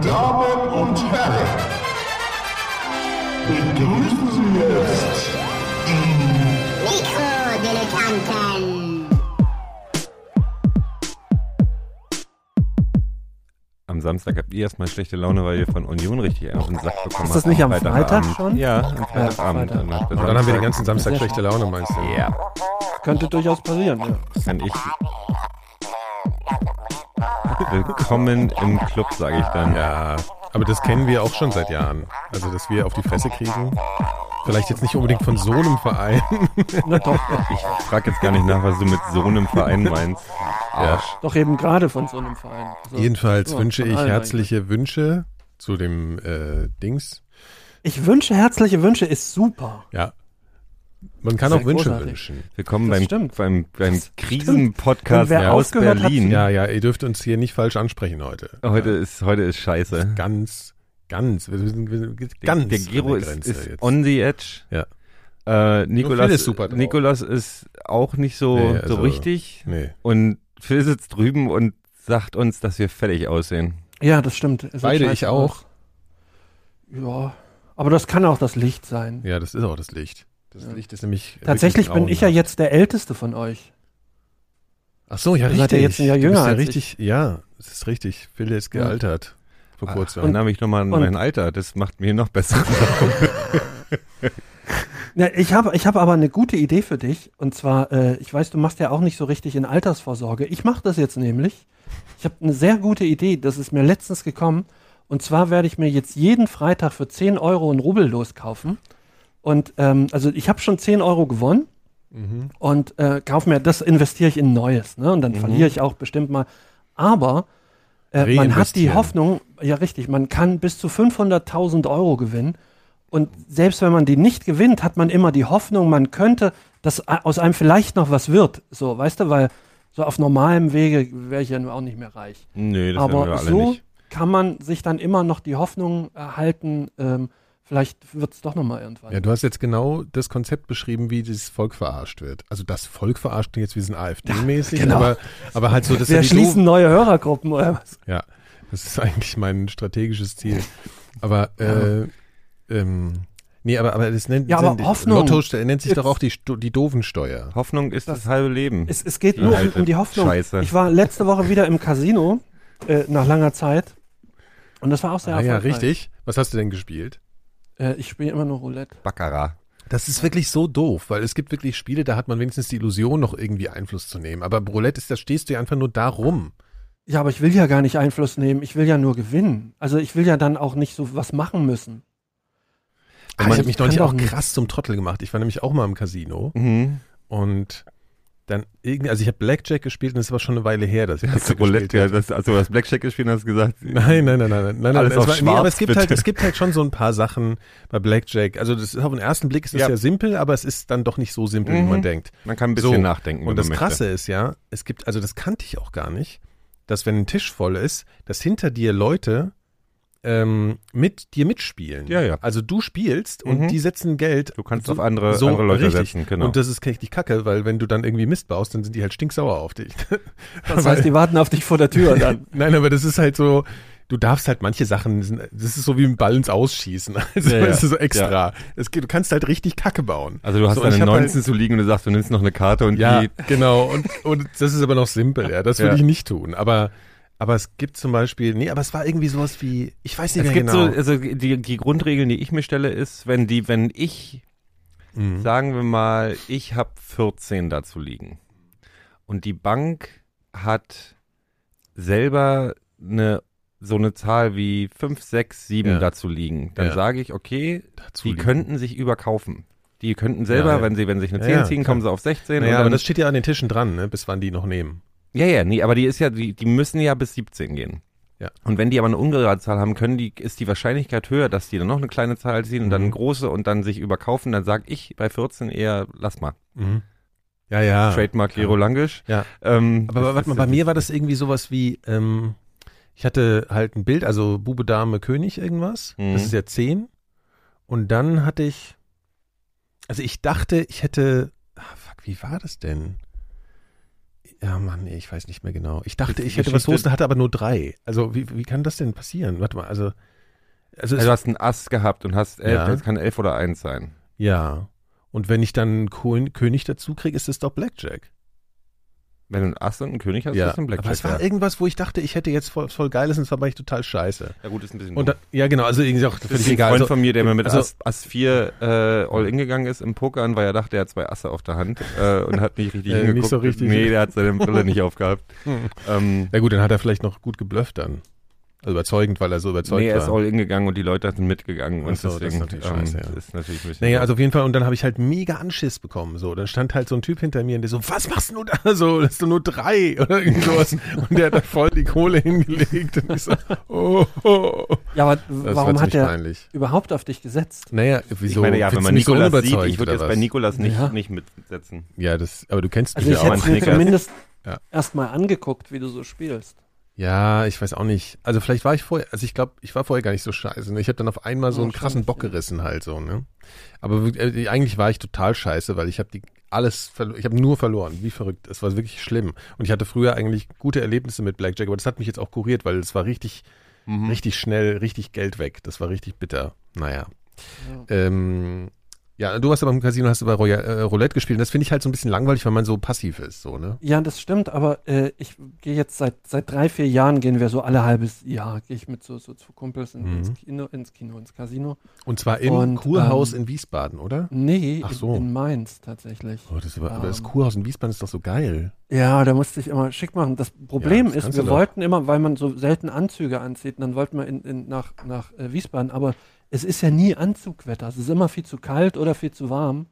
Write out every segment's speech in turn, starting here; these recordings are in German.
Damen und Herren, begrüßen Sie jetzt die Mikrodilettanten. Am Samstag habt ihr erstmal schlechte Laune, weil ihr von Union richtig einen auf den Sack bekommen habt. Ist das nicht am Freitag schon? Ja, am Freitagabend. Freitag. Und Und dann haben wir den ganzen Samstag schlechte Laune, meinst du? Ja, Könnte durchaus passieren, ja. kann ich. Willkommen im Club, sage ich dann. Ja, aber das kennen wir auch schon seit Jahren. Also, dass wir auf die Fresse kriegen. Vielleicht jetzt nicht unbedingt von so einem Verein. Na doch, Ich frage jetzt gar nicht nach, was du mit so einem Verein meinst. Arsch. doch eben gerade von so einem Verein. So. Jedenfalls Ja, wünsche von ich allen herzliche Wünsche zu dem Dings. Ich wünsche, herzliche Wünsche ist super. Ja. Man kann Sehr auch Wünsche großartig. wünschen. Willkommen Das beim stimmt. Krisenpodcast Und wer aus aufgehört hat- Berlin. Ja, ihr dürft uns hier nicht falsch ansprechen heute. Heute ist scheiße. Ganz, wir sind Der ganz Gero an der ist Grenze jetzt. on the edge. Ja. Nikolas, Phil ist super drauf. Nikolas ist auch nicht so, Nee, so also- richtig. Nee. Und Phil sitzt drüben und sagt uns, dass wir fertig aussehen. Ja, das stimmt. Es sieht Beide, scheiße ich auch. aus. Ja, aber das kann auch das Licht sein. Ja, das ist auch das Licht. Das Licht ist nämlich. Tatsächlich wirklich bin ich ja grauenhaft. jetzt der Älteste von euch. Ach so, ja, Ihr richtig. seid ja jetzt ein Jahr Du jünger bist ja als richtig, ja, das ist richtig. Phil ist Ja. gealtert. Vor kurzem. Erinnere mich nochmal an und- mein Alter. Das macht mir noch besser. Ja, ich hab aber eine gute Idee für dich. Und zwar, ich weiß, du machst ja auch nicht so richtig in Altersvorsorge. Ich mache das jetzt nämlich. Ich habe eine sehr gute Idee. Das ist mir letztens gekommen. Und zwar werde ich mir jetzt jeden Freitag für 10 Euro ein Rubbellos kaufen. Und also ich habe schon 10 Euro gewonnen. Mhm. Und kauf mir, das investiere ich in Neues. Ne? Und dann verliere ich auch bestimmt mal. Aber man hat die Reinvestieren. Hoffnung, ja richtig, man kann bis zu 500.000 Euro gewinnen. Und selbst wenn man die nicht gewinnt, hat man immer die Hoffnung, man könnte, dass aus einem vielleicht noch was wird. So, weißt du, weil so auf normalem Wege wäre ich ja nur auch nicht mehr reich. Nee, das werden wir Aber alle so nicht. kann man sich dann immer noch die Hoffnung erhalten, vielleicht wird es doch noch mal irgendwann. Ja, du hast jetzt genau das Konzept beschrieben, wie das Volk verarscht wird. Also das Volk verarscht klingt jetzt wie so ein AfD-mäßig, genau. aber halt so, dass Wir ja die schließen neue Hörergruppen oder was? Ja, das ist eigentlich mein strategisches Ziel. Aber, nee, aber das nennt, Ja, aber Hoffnung. Lotto nennt sich doch Jetzt- auch die Dovensteuer. Hoffnung ist das halbe Leben. Es geht Die nur alte um die Hoffnung. Scheiße. Ich war letzte Woche wieder im Casino, nach langer Zeit. Und das war auch sehr Ah, ja, erfolgreich. richtig. Was hast du denn gespielt? Ich spiele immer nur Roulette. Baccarat. Das ist wirklich so doof, weil es gibt wirklich Spiele, da hat man wenigstens die Illusion, noch irgendwie Einfluss zu nehmen. Aber Roulette da stehst du ja einfach nur da rum. Ja, aber ich will ja gar nicht Einfluss nehmen. Ich will ja nur gewinnen. Also ich will ja dann auch nicht so was machen müssen. Ich habe mich kann neulich doch auch nicht. krass zum Trottel gemacht. Ich war nämlich auch mal im Casino Mhm. und dann irgendwie, also ich habe Blackjack gespielt und das war schon eine Weile her, dass ich Hast du Blackjack Roulette, gespielt ja, habe. also das Blackjack gespielt und hast gesagt, Nein. Alles Es auf war, schwarz, aber es gibt bitte. halt, es gibt halt schon so ein paar Sachen bei Blackjack. Also das ist auf den ersten Blick ist es Ja. ja simpel, aber es ist dann doch nicht so simpel, wie Mhm. man denkt. man kann ein bisschen So. nachdenken. Und wenn das man Krasse ist ja, es gibt, also das kannte ich auch gar nicht, dass wenn ein Tisch voll ist, dass hinter dir Leute mit dir mitspielen. Ja, ja. Also du spielst Mhm. und die setzen Geld. Du kannst so, auf andere so Leute richtig. setzen, genau. Und das ist richtig kacke, weil wenn du dann irgendwie Mist baust, dann sind die halt stinksauer auf dich. Das heißt, die warten auf dich vor der Tür dann. Nein, aber das ist halt so, du darfst halt manche Sachen, das ist so wie ein Ball ins Ausschießen. Also Ja, ja. das ist so extra. Du kannst halt richtig Kacke bauen. Also du hast So, und ich deine hab 19 zu liegen und du sagst, du nimmst noch eine Karte und Ja, die genau. Und das ist aber noch simpel, ja. Das würde Ja. ich nicht tun. Aber es gibt zum Beispiel, nee, aber es war irgendwie sowas wie, ich weiß nicht es mehr gibt genau. so, also die Grundregeln, die ich mir stelle, ist, wenn ich, Mhm. sagen wir mal, ich habe 14 dazu liegen und die Bank hat selber so eine Zahl wie 5, 6, 7 Ja. dazu liegen, dann Ja. sage ich, okay, Dazu die liegen. könnten sich überkaufen. Die könnten selber, Ja, ja. wenn sich eine Ja, 10 ja, ziehen, klar. kommen sie auf 16. Naja, und aber dann, das steht ja an den Tischen dran, ne, bis wann die noch nehmen. ja, nee, aber die müssen ja bis 17 gehen. Ja. Und wenn die aber eine ungerade Zahl haben, ist die Wahrscheinlichkeit höher, dass die dann noch eine kleine Zahl ziehen und dann eine große und dann sich überkaufen. Dann sag ich bei 14 eher, lass mal. Mhm. Ja, ja. Trademark klar. Gero Langisch. Ja. Aber Aber warte mal, bei mir war das irgendwie sowas wie, ich hatte halt ein Bild, also Bube, Dame, König irgendwas. Mhm. Das ist ja 10. Und dann hatte ich, also ich dachte, ich hätte, fuck, wie war das denn? Ja, Mann, nee, ich weiß nicht mehr genau. Ich dachte, Die ich hätte was Geschichte- Hosen, hatte aber nur 3. Also wie kann das denn passieren? Warte mal, also Also du hast einen Ass gehabt und hast 11, Ja. das kann 11 oder 1 sein. ja. Und wenn ich dann einen König dazu kriege, ist es doch Blackjack. Wenn du einen Ass und einen König hast, Ja, ist es ein Blackjack. aber es war ja. irgendwas, wo ich dachte, ich hätte jetzt voll Geiles und es war aber echt total scheiße. Ja gut, ist ein bisschen Und dann, ja, genau, also irgendwie auch das völlig ist ein egal. Freund Also, von mir, der mir mit also- Ass 4 All-In gegangen ist im Pokern, weil er dachte, er hat 2 Asse auf der Hand und hat nicht richtig Nicht hingeguckt. so richtig. Nee, der hat seine Brille nicht aufgehabt. ja gut, dann hat er vielleicht noch gut geblufft dann. Also überzeugend, weil er so überzeugt Nee, er ist war. All-In gegangen und die Leute sind mitgegangen. Und Ach so, das ist deswegen natürlich scheiße, ja. ist natürlich ein bisschen... Naja, also auf jeden Fall, und dann habe ich halt mega Anschiss bekommen. So, dann stand halt so ein Typ hinter mir und der so, was machst du da? So, das ist doch nur 3 oder irgend sowas. Und der hat da voll die Kohle hingelegt. Und ich so, oh. Ja, aber Das warum war hat ziemlich der peinlich. überhaupt auf dich gesetzt? Naja, ich wieso? meine, ja, wenn Findest man du mich so Nikolas sieht, unüberzeugt, ich würde oder jetzt bei was? Nikolas Ja. nicht mitsetzen. Ja, aber du kennst mich Also ich ja hätte auch. es mir Snickers. zumindest Ja. erstmal angeguckt, wie du so spielst. Ja, ich weiß auch nicht. Also vielleicht war ich vorher, also ich glaube, ich war vorher gar nicht so scheiße. Ne? Ich habe dann auf einmal so Ja, einen krassen Bock ja. gerissen halt so, ne? Aber eigentlich war ich total scheiße, weil ich habe ich habe nur verloren, wie verrückt. Es war wirklich schlimm. Und ich hatte früher eigentlich gute Erlebnisse mit Blackjack, aber das hat mich jetzt auch kuriert, weil es war richtig schnell, richtig Geld weg. Das war richtig bitter. Naja. Ja, du hast aber im Casino, hast du bei Roulette gespielt. Und das finde ich halt so ein bisschen langweilig, weil man so passiv ist, so, ne? Ja, das stimmt, aber ich gehe jetzt seit 3-4 Jahren gehen wir so alle halbes Jahr, gehe ich mit so zwei Kumpels ins Casino. Und zwar im Und, Kurhaus in Wiesbaden, oder? Nee, Ach so. in Mainz tatsächlich. Oh, aber das Kurhaus in Wiesbaden ist doch so geil. Ja, da musste ich immer schick machen. Das Problem das ist, kannst wir du doch. wollten immer, weil man so selten Anzüge anzieht, dann wollten wir nach Wiesbaden, aber es ist ja nie Anzugwetter. Es ist immer viel zu kalt oder viel zu warm.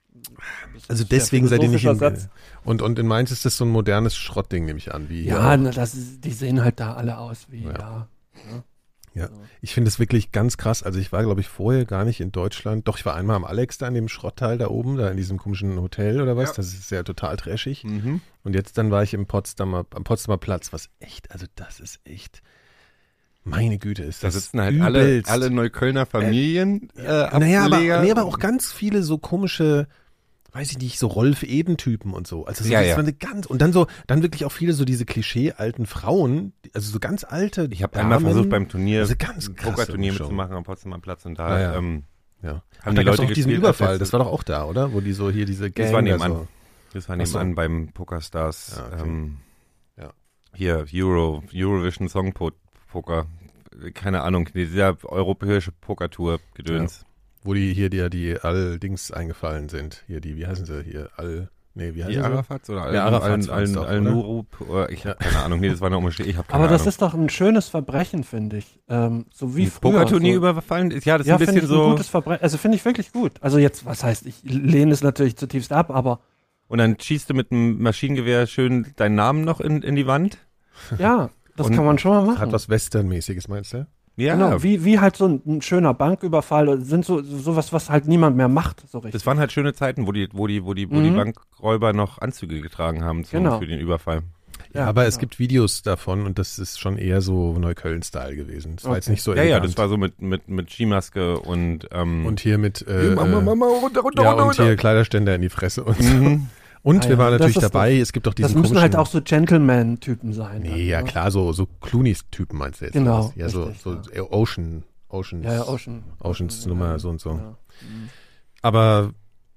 Das Also ist der deswegen seid ihr nicht philosophische in Satz. und in Mainz ist das so ein modernes Schrottding, nehme ich an. Wie hier Ja, auch. na, die sehen halt da alle aus wie, Ja. ja. Ich finde es wirklich ganz krass. Also ich war, glaube ich, vorher gar nicht in Deutschland. Doch, ich war einmal am Alex da in dem Schrottteil da oben, da in diesem komischen Hotel oder was. Ja. Das ist ja total trashig. Mhm. Und jetzt dann war ich am Potsdamer Platz, was echt, also das ist echt, meine Güte, ist Da das sitzen halt übelst. alle Neuköllner Familien Naja, Ableger. aber auch ganz viele so komische, weiß ich nicht, so Rolf-Eden-Typen und so. Also so, Ja, das ja. war und dann wirklich auch viele so diese Klischee-alten Frauen, also so ganz alte Ich habe einmal Damen. versucht beim Turnier, Also ganz ein krasse Pokerturnier Mischung. mitzumachen am Potsdamer Platz und da Ah, ja. haben Ja. die da gab's Leute auch diesen gespielt, Überfall, als das war doch auch da, oder? Wo die so hier diese Gang Das war da nebenan. so. Das war Ach so. nebenan beim Pokerstars. Ja, okay. Ja. Hier, Eurovision Song Poker. Keine Ahnung, dieser europäische Pokertour-Gedöns. Wo die All-Dings eingefallen sind. Hier wie heißen sie? Wie heißen Die sie? Arafats oder Ja, Arafats waren's doch, oder? Al-Nurup? Ich habe keine Ahnung, nee, das war eine Umstehung. Ich habe keine Aber das Ahnung. ist doch ein schönes Verbrechen, finde ich. So wie ein früher. Pokerturnier so. überfallen? Ja, das ist Ja, ein finde bisschen ich ein so. gutes Verbrechen. Also finde ich wirklich gut. Also jetzt, was heißt, ich lehne es natürlich zutiefst ab, aber Und dann schießt du mit einem Maschinengewehr schön deinen Namen noch in die Wand. ja, das Und kann man schon mal machen. Hat was Western-mäßiges, meinst du? Ja, Genau, wie halt so ein schöner Banküberfall, sind sowas, was halt niemand mehr macht, so richtig. das waren halt schöne Zeiten, wo die Bankräuber noch Anzüge getragen haben Genau. für den Überfall. Ja, aber es genau. gibt Videos davon und das ist schon eher so Neukölln-Style gewesen. Das war jetzt Okay. nicht so Ja, elegant. das war so mit Skimaske und und hier mit runter, ja, und hier Kleiderständer in die Fresse und so. Mhm. Und Ah, wir ja. waren Das natürlich ist dabei, es gibt auch Das diesen müssen komischen... halt auch so Gentleman-Typen sein. Nee, dann, ja ne? klar, so Clooney-Typen meinst du jetzt. Genau, oder was? Ja, richtig, so ja. Oceans. Ja, ja, Oceans Nummer so und so. Ja. Mhm. Aber,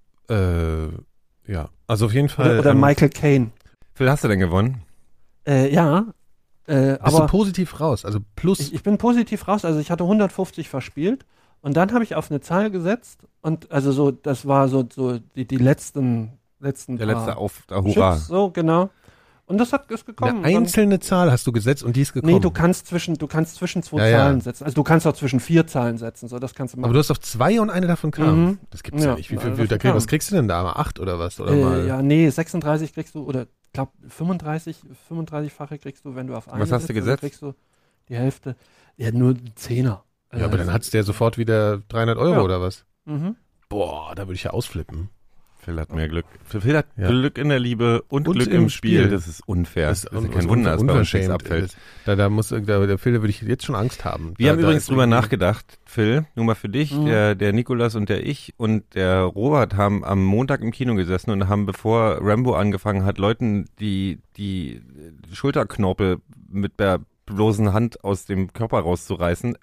ja, also auf jeden Fall... Oder Michael Caine. Wie viel hast du denn gewonnen? Ja, bist du aber positiv raus, also plus... ich bin positiv raus. Also ich hatte 150 verspielt und dann habe ich auf eine Zahl gesetzt und also so, das war so die letzten Der letzte paar Hurra. Chips, so genau. Und das ist gekommen. eine einzelne Zahl hast du gesetzt und die ist gekommen. Nee, du kannst zwischen zwei Ja, ja. Zahlen setzen. Also du kannst auch zwischen 4 Zahlen setzen. So, das kannst du machen. Aber du hast auf 2 und eine davon kam. Mhm. Das gibt's ja, Ja, nicht. eine davon Was kam. kriegst du denn da? Mal 8 oder was? Oder mal? ja, nee, 36 kriegst du, oder ich glaube 35-fache kriegst du, wenn du auf eine Was hast du setzt, gesetzt? dann kriegst du die Hälfte. Ja, nur einen Zehner. Ja, aber dann hat's der sofort wieder 300 Euro Ja. oder was? Mhm. Boah, da würde ich ja ausflippen. Phil hat mehr Glück. Phil hat Ja. Glück in der Liebe und Glück im Spiel. Das ist unfair. Das ist kein Wunder, dass bei uns nichts abfällt. Der Phil, da würde ich jetzt schon Angst haben. Wir haben übrigens drüber nachgedacht, Phil, nur mal für dich, der Nikolas und ich und der Robert haben am Montag im Kino gesessen und haben, bevor Rambo angefangen hat, Leuten die Schulterknorpel mit der bloßen Hand aus dem Körper rauszureißen,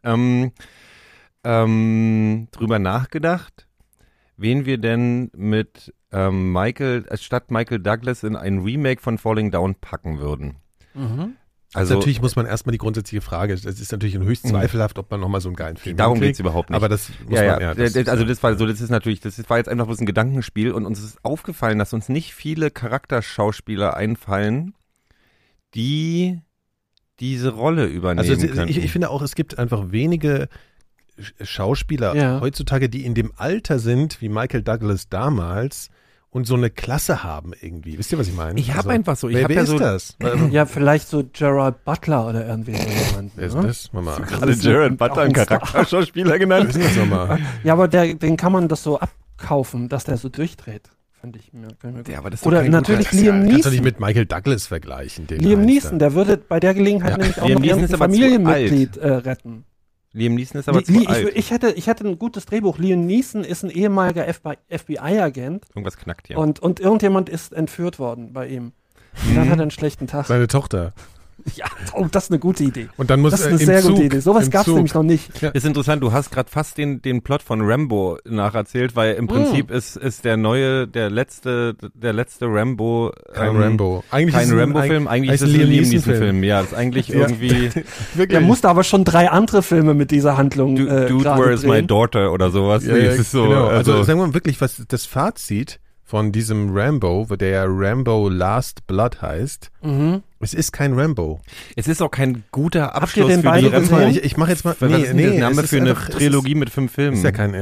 drüber nachgedacht, wen wir denn mit statt Michael Douglas in ein Remake von Falling Down packen würden. Also natürlich muss man erstmal die grundsätzliche Frage, das ist natürlich höchst zweifelhaft, ob man nochmal so einen geilen Film darum hinkriegt, geht's überhaupt nicht. Aber das muss man das war jetzt einfach bloß ein Gedankenspiel und uns ist aufgefallen, dass uns nicht viele Charakterschauspieler einfallen, die diese Rolle übernehmen könnten. Ich finde auch, es gibt einfach wenige Schauspieler heutzutage, die in dem Alter sind, wie Michael Douglas damals und so eine Klasse haben irgendwie. Wisst ihr, was ich meine? Ich habe einfach so, Wer ist das? Ja, vielleicht so Gerard Butler oder irgendwie so jemand. Wer ist ne? das? Mama. Gerade Gerard Butler einen Charakterschauspieler genannt. Wer ist das nochmal? Ja, aber den kann man das so abkaufen, dass der so durchdreht. Finde ich mir. Ja, aber das ist doch Oder kein natürlich guter- Liam Kannst du nicht Neeson. mit Michael Douglas vergleichen. Den Liam Einstein. Neeson, der würde bei der Gelegenheit nämlich auch Liam noch Neeson ist irgendein aber zu Familienmitglied retten. Liam Neeson ist aber zu alt. Ich hätte ein gutes Drehbuch. Liam Neeson ist ein ehemaliger FBI-Agent Irgendwas knackt hier. und irgendjemand ist entführt worden bei ihm. Und dann hat er einen schlechten Tag. Seine Tochter. Ja, oh, das ist eine gute Idee. Und dann muss Das ist er eine im sehr Zug, gute Idee. Sowas im gab es Zug. nämlich noch nicht. Ist interessant, du hast gerade fast den Plot von Rambo nacherzählt, weil im Prinzip ist der letzte Rambo Kein Rambo. Eigentlich kein ist es ein- Rambo-Film, eigentlich ist es ein Liam Neeson-Film. Ja, ist eigentlich irgendwie Wirklich. Er musste aber schon 3 andere Filme mit dieser Handlung Dude, gerade Where is my drehen. daughter oder sowas. Ja, Nee, ja, es ist so, genau. also Also sagen wir mal wirklich, was das Fazit von diesem Rambo, der ja Rambo Last Blood heißt, es ist kein Rambo. es ist auch kein guter Habt ihr Abschluss den für beide die Rambo. gesehen? Ich mache jetzt mal, Was ist denn der Name es ist für eine einfach- es Trilogie mit 5 Filmen? Ist ja kein,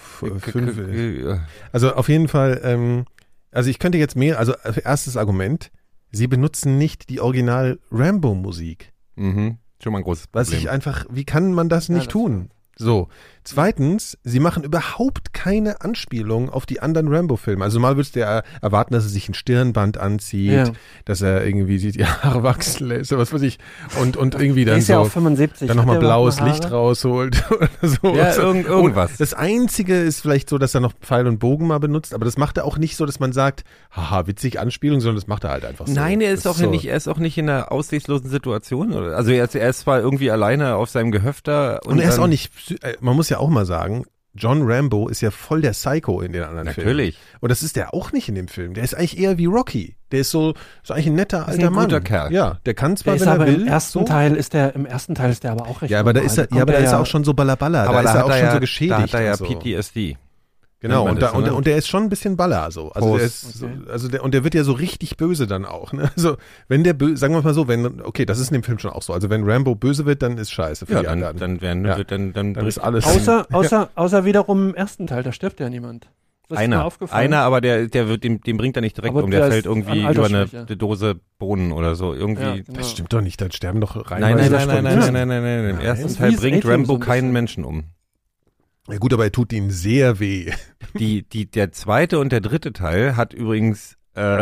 also auf jeden Fall, also ich könnte jetzt erstes Argument, sie benutzen nicht die Original Rambo-Musik. Mhm. Schon mal ein großes Was Problem. ich einfach, wie kann man das nicht das tun? So. Zweitens, sie machen überhaupt keine Anspielung auf die anderen Rambo-Filme. Also mal würdest du ja erwarten, dass er sich ein Stirnband anzieht, Ja. dass er irgendwie die Haare wachsen lässt, oder was weiß ich. Und irgendwie Der dann ist ja so, auch 75. dann nochmal Hat der blaues überhaupt noch Licht Haare? rausholt oder so. Ja, irgendwas. Und das Einzige ist vielleicht so, dass er noch Pfeil und Bogen mal benutzt, aber das macht er auch nicht so, dass man sagt, haha, witzig Anspielung, sondern das macht er halt einfach so. Nein, er ist Das auch nicht, er ist auch nicht in einer aussichtslosen Situation. Also er ist zwar irgendwie alleine auf seinem Gehöfter Und er ist dann- auch nicht, man muss ja auch mal sagen, John Rambo ist ja voll der Psycho in den anderen Filmen. Natürlich. Und das ist der auch nicht in dem Film. Der ist eigentlich eher wie Rocky. Der ist so eigentlich ein netter Ist alter ein Mann. guter Kerl. Ja, der kann Der zwar, ist wenn er aber will. im ersten so. Teil ist der aber auch recht Ja, aber da normal. ist er, kommt ja, aber da ist er ja auch schon so Ballaballa. Aber Da ist er auch hat schon ja, so geschädigt. Da hat er ja und so. PTSD. Genau, Nennt und, man das, ne? und der ist schon ein bisschen Baller so. Also der Post. ist so, und der wird ja so richtig böse dann auch. Ne? Also wenn der sagen wir mal so, okay, das ist in dem Film schon auch so. Also wenn Rambo böse wird, dann ist scheiße für Ja, die anderen. dann Dann ist alles. Außer wiederum im ersten Teil, da stirbt ja niemand. Das ist mir aufgefallen. Einer, aber der wird dem bringt er nicht direkt Aber um. Der der fällt ist irgendwie an über eine Altersschwäche. Dose Bohnen oder so. Irgendwie. Ja, genau. Das stimmt doch nicht, da sterben doch rein. Nein. das stimmt. Im ersten Das ist Teil wie bringt A-Team Rambo so ein keinen bisschen. Menschen um. Ja gut, aber er tut ihnen sehr weh. Der zweite und der dritte Teil hat übrigens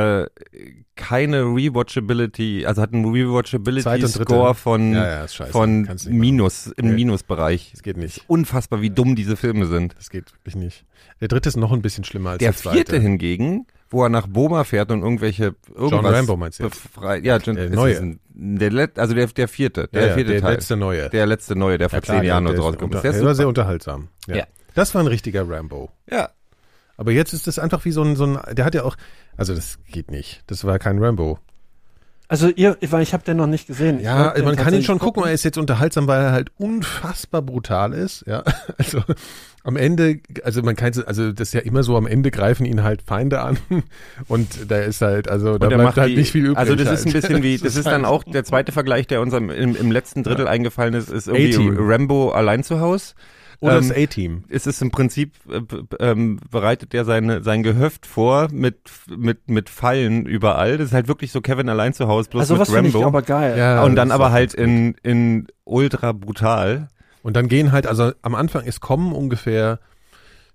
keine Rewatchability, also hat einen Zweite und dritte. Rewatchability-Score von ist scheiße. Kannst nicht machen. Minus, im Nee. Minusbereich. Das geht nicht. Unfassbar, wie dumm diese Filme sind. Das geht wirklich nicht. Der dritte ist noch ein bisschen schlimmer als Der der zweite. vierte hingegen, wo er nach Boma fährt und irgendwas Rambo meinst du jetzt? befreit. Ja, John, Der es neue. ist der vierte, Ja, vierte der Teil. letzte neue. Der letzte neue, der vor 10 Jahren oder so rausgekommen ist. Der ist Der war sehr super. unterhaltsam. Ja. Ja. Das war ein richtiger Rambo. Ja. Aber jetzt ist das einfach wie so ein, der hat ja auch, also das geht nicht. Das war kein Rambo. Also weil ich habe den noch nicht gesehen. Ich Ja, wollte den man kann ihn tatsächlich schon gucken, er ist jetzt unterhaltsam, weil er halt unfassbar brutal ist. Ja, also am Ende, also das ist ja immer so, am Ende greifen ihn halt Feinde an und da ist halt, also da Und er bleibt macht halt nicht viel übrig. Also das ist ein halt. bisschen wie, das ist dann halt- auch der zweite Vergleich, der uns im letzten Drittel eingefallen ist irgendwie A-Team. Rambo allein zu Haus. Oder das A-Team. Es ist im Prinzip, bereitet er sein Gehöft vor mit Fallen überall. Das ist halt wirklich so Kevin allein zu Hause, bloß Also mit was finde Rambo. ich aber geil. Ja, Und dann das ist aber auch halt ganz gut. in ultra brutal. Und dann gehen halt, also am Anfang, es kommen ungefähr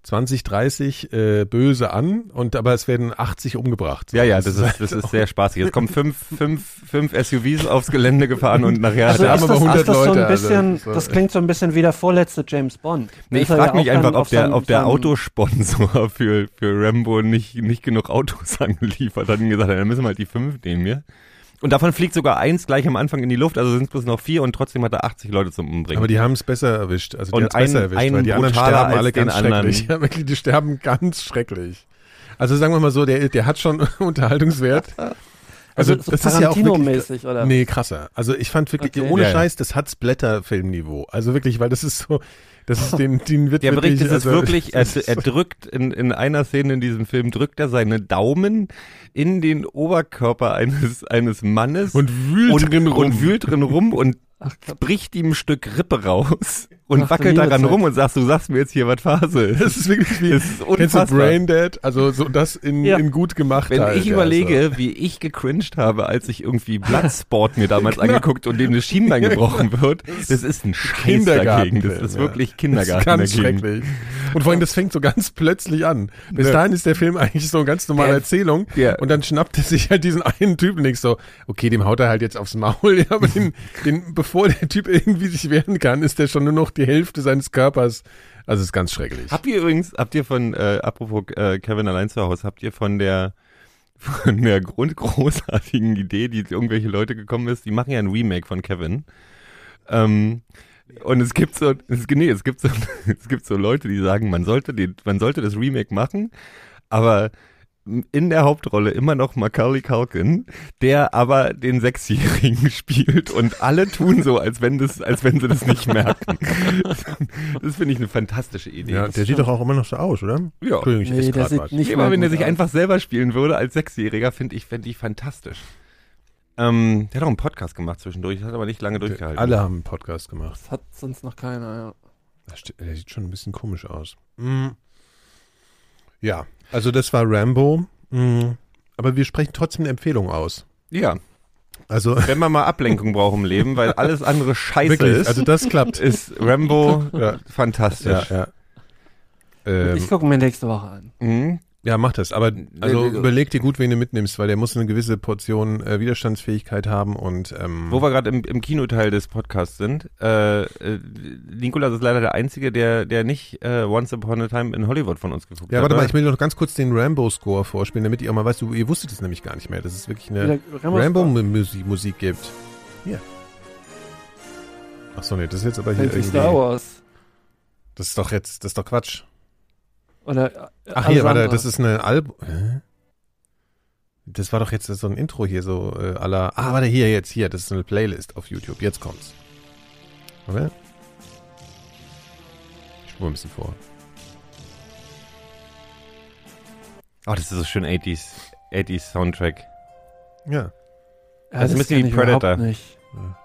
20, 30 böse an, aber es werden 80 umgebracht. So. Ja, das ist sehr spaßig. Es kommen fünf SUVs aufs Gelände gefahren und nachher Also haben ist aber 100 das so Leute, ein bisschen, also, das klingt so ein bisschen wie der vorletzte James Bond. Nee, ich Da ist er frage mich auch einfach, dann ob der seinem- Autosponsor für Rambo nicht genug Autos angeliefert hat und gesagt hat, dann müssen wir halt die 5 nehmen hier. Und davon fliegt sogar 1 gleich am Anfang in die Luft, also sind es bloß noch 4 und trotzdem hat er 80 Leute zum Umbringen. aber die haben es besser erwischt. Also die Und hat's besser erwischt, ein weil die anderen brutaler sterben als alle den ganz anderen. schrecklich. Ja, wirklich, die sterben ganz schrecklich. Also sagen wir mal so, der hat schon Unterhaltungswert. Also so das ist ja auch wirklich, Tarantino-mäßig, oder? nee, krasser. Also ich fand wirklich, Okay. ohne Ja, ja. Scheiß, das hat Splatter-Filmniveau. Also wirklich, weil das ist so, das ist den wird Der wirklich, Bericht ist also, wirklich, er drückt in einer Szene in diesem Film, drückt er seine Daumen in den Oberkörper eines Mannes und wühlt drin rum. und wühlt drin rum und bricht ihm ein Stück Rippe raus und Ach, wackelt du daran liebe rum Zeit. und sagt, du sagst mir jetzt hier was Phase. Das ist wirklich wie, Das ist kennst du unfassbar. Braindead? Also so das Ja. in gut gemacht Wenn halt, ich ja, überlege, wie ich gecringed habe, als ich irgendwie Bloodsport mir damals Genau. angeguckt und dem das Schienbein gebrochen wird, das ist ein Scheiß Kindergarten, dagegen. Das ist ja. wirklich Das ist Kindergarten ganz dagegen. schrecklich. Und vor allem, das fängt so ganz plötzlich an. Bis Ja. dahin ist der Film eigentlich so eine ganz normale Der- Erzählung. Ja. Und dann schnappt er sich halt diesen einen Typen und ich so, okay, dem haut er halt jetzt aufs Maul. Ja, aber bevor der Typ irgendwie sich wehren kann, ist der schon nur noch die Hälfte seines Körpers. Also es ist ganz schrecklich. Habt ihr von, apropos Kevin allein zu Hause, habt ihr von der großartigen Idee, die irgendwelche Leute gekommen ist, die machen ja ein Remake von Kevin. Und es gibt so Leute, die sagen, man sollte das Remake machen, aber in der Hauptrolle immer noch Macaulay Culkin, der aber den 6-Jährigen spielt und alle tun so, als wenn sie das nicht merken. Das finde ich eine fantastische Idee. Ja, der sieht doch auch immer noch so aus, oder? Ja. Entschuldigung, ich Nee, esse der grad sieht was. nicht Immer mehr wenn er gut sich aus. einfach selber spielen würde als 6-Jähriger, fände ich fantastisch. Der hat auch einen Podcast gemacht zwischendurch, hat aber nicht lange durchgehalten. Alle haben einen Podcast gemacht. Das hat sonst noch keiner, ja. Der sieht schon ein bisschen komisch aus. Ja, also das war Rambo. Aber wir sprechen trotzdem eine Empfehlung aus. Ja, Also wenn man mal Ablenkung braucht im Leben, weil alles andere scheiße wirklich, ist, also das klappt. ist Rambo Ja. fantastisch. Ja. Ich gucke mir nächste Woche an. Mhm. Ja, mach das. Aber also Äh, überleg dir gut, wen du mitnimmst, weil der muss eine gewisse Portion Widerstandsfähigkeit haben und Wo wir gerade im Kinoteil des Podcasts sind, Nikolas ist leider der Einzige, der nicht Once Upon a Time in Hollywood von uns geguckt ja, hat. warte mal, oder? ich will noch ganz kurz den Rambo-Score vorspielen, damit ihr auch mal weißt, ihr wusstet es nämlich gar nicht mehr, dass es wirklich eine Der Rambo-Musik gibt. Hier. Ach so, nee, das ist jetzt aber hier Fancy irgendwie... Star Wars. Das ist doch Quatsch. Oder Ach alles hier, warte, andere. das ist eine Hä? Das war doch jetzt so ein Intro hier, so à la... Ah, warte, hier, das ist eine Playlist auf YouTube, jetzt kommt's. Oder? Ich spule ein bisschen vor. Oh, das ist so schön 80s Soundtrack. Ja. Ja, das ist ein bisschen kenn wie ich Predator. überhaupt nicht.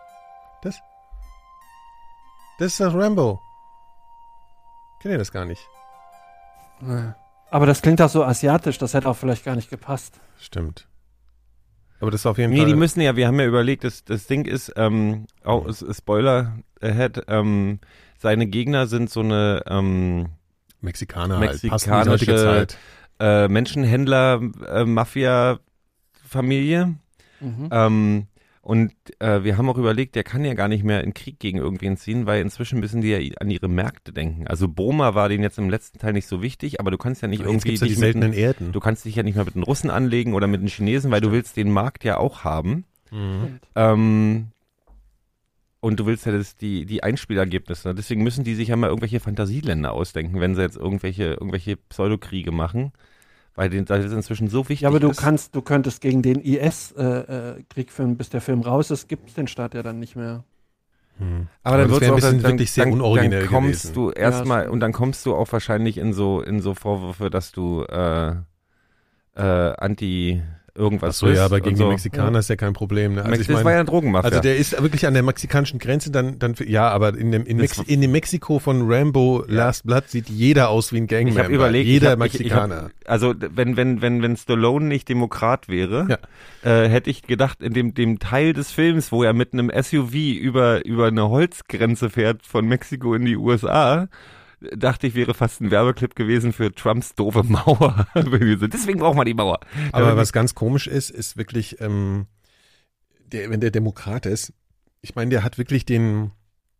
Das ist das Rambo. Kennt ihr das gar nicht? Nee. Aber das klingt auch so asiatisch, das hätte auch vielleicht gar nicht gepasst. Stimmt. Aber das ist auf jeden Nee, Fall... die müssen ja, wir haben ja überlegt, das Ding ist, Spoiler ahead, seine Gegner sind so eine Mexikaner halt, passen in die mexikanische heutige Zeit. Menschenhändler, Mafia-Familie. Mhm. Und wir haben auch überlegt, der kann ja gar nicht mehr in Krieg gegen irgendwen ziehen, weil inzwischen müssen die ja an ihre Märkte denken. Also Burma war denen jetzt im letzten Teil nicht so wichtig, aber du kannst ja nicht Jetzt irgendwie gibt's ja die dich mit seltenen Erden. du kannst dich ja nicht mehr mit den Russen anlegen oder mit den Chinesen, weil du willst den Markt ja auch haben. Mhm. Und du willst ja die Einspielergebnisse. Ne? Deswegen müssen die sich ja mal irgendwelche Fantasieländer ausdenken, wenn sie jetzt irgendwelche Pseudokriege machen. Weil das ist inzwischen so wichtig. Ja, aber du ist. könntest gegen den IS Krieg führen, bis der Film raus ist, gibt es den Staat ja dann nicht mehr. Aber das dann wird's wäre ein auch bisschen wirklich sehr unoriginell dann kommst gewesen. du erstmal stimmt. und dann kommst du auch wahrscheinlich in so Vorwürfe, dass du anti irgendwas Achso, ja, aber bist gegen und die so. Mexikaner ist ja kein Problem. Ne? Also ich das war meine, ja eine Drogenmafia. also der ist wirklich an der mexikanischen Grenze, dann ja, aber in dem Mexiko von Rambo Last Blood sieht jeder aus wie ein Gangmember. Ich habe überlegt, jeder ich Mexikaner. hab, also wenn Stallone nicht Demokrat wäre, hätte ich gedacht, in dem Teil des Films, wo er mit einem SUV über eine Holzgrenze fährt von Mexiko in die USA, dachte ich, wäre fast ein Werbeclip gewesen für Trumps doofe Mauer. Deswegen braucht man die Mauer. Aber was ganz komisch ist wirklich, wenn der Demokrat ist, ich meine, der hat wirklich den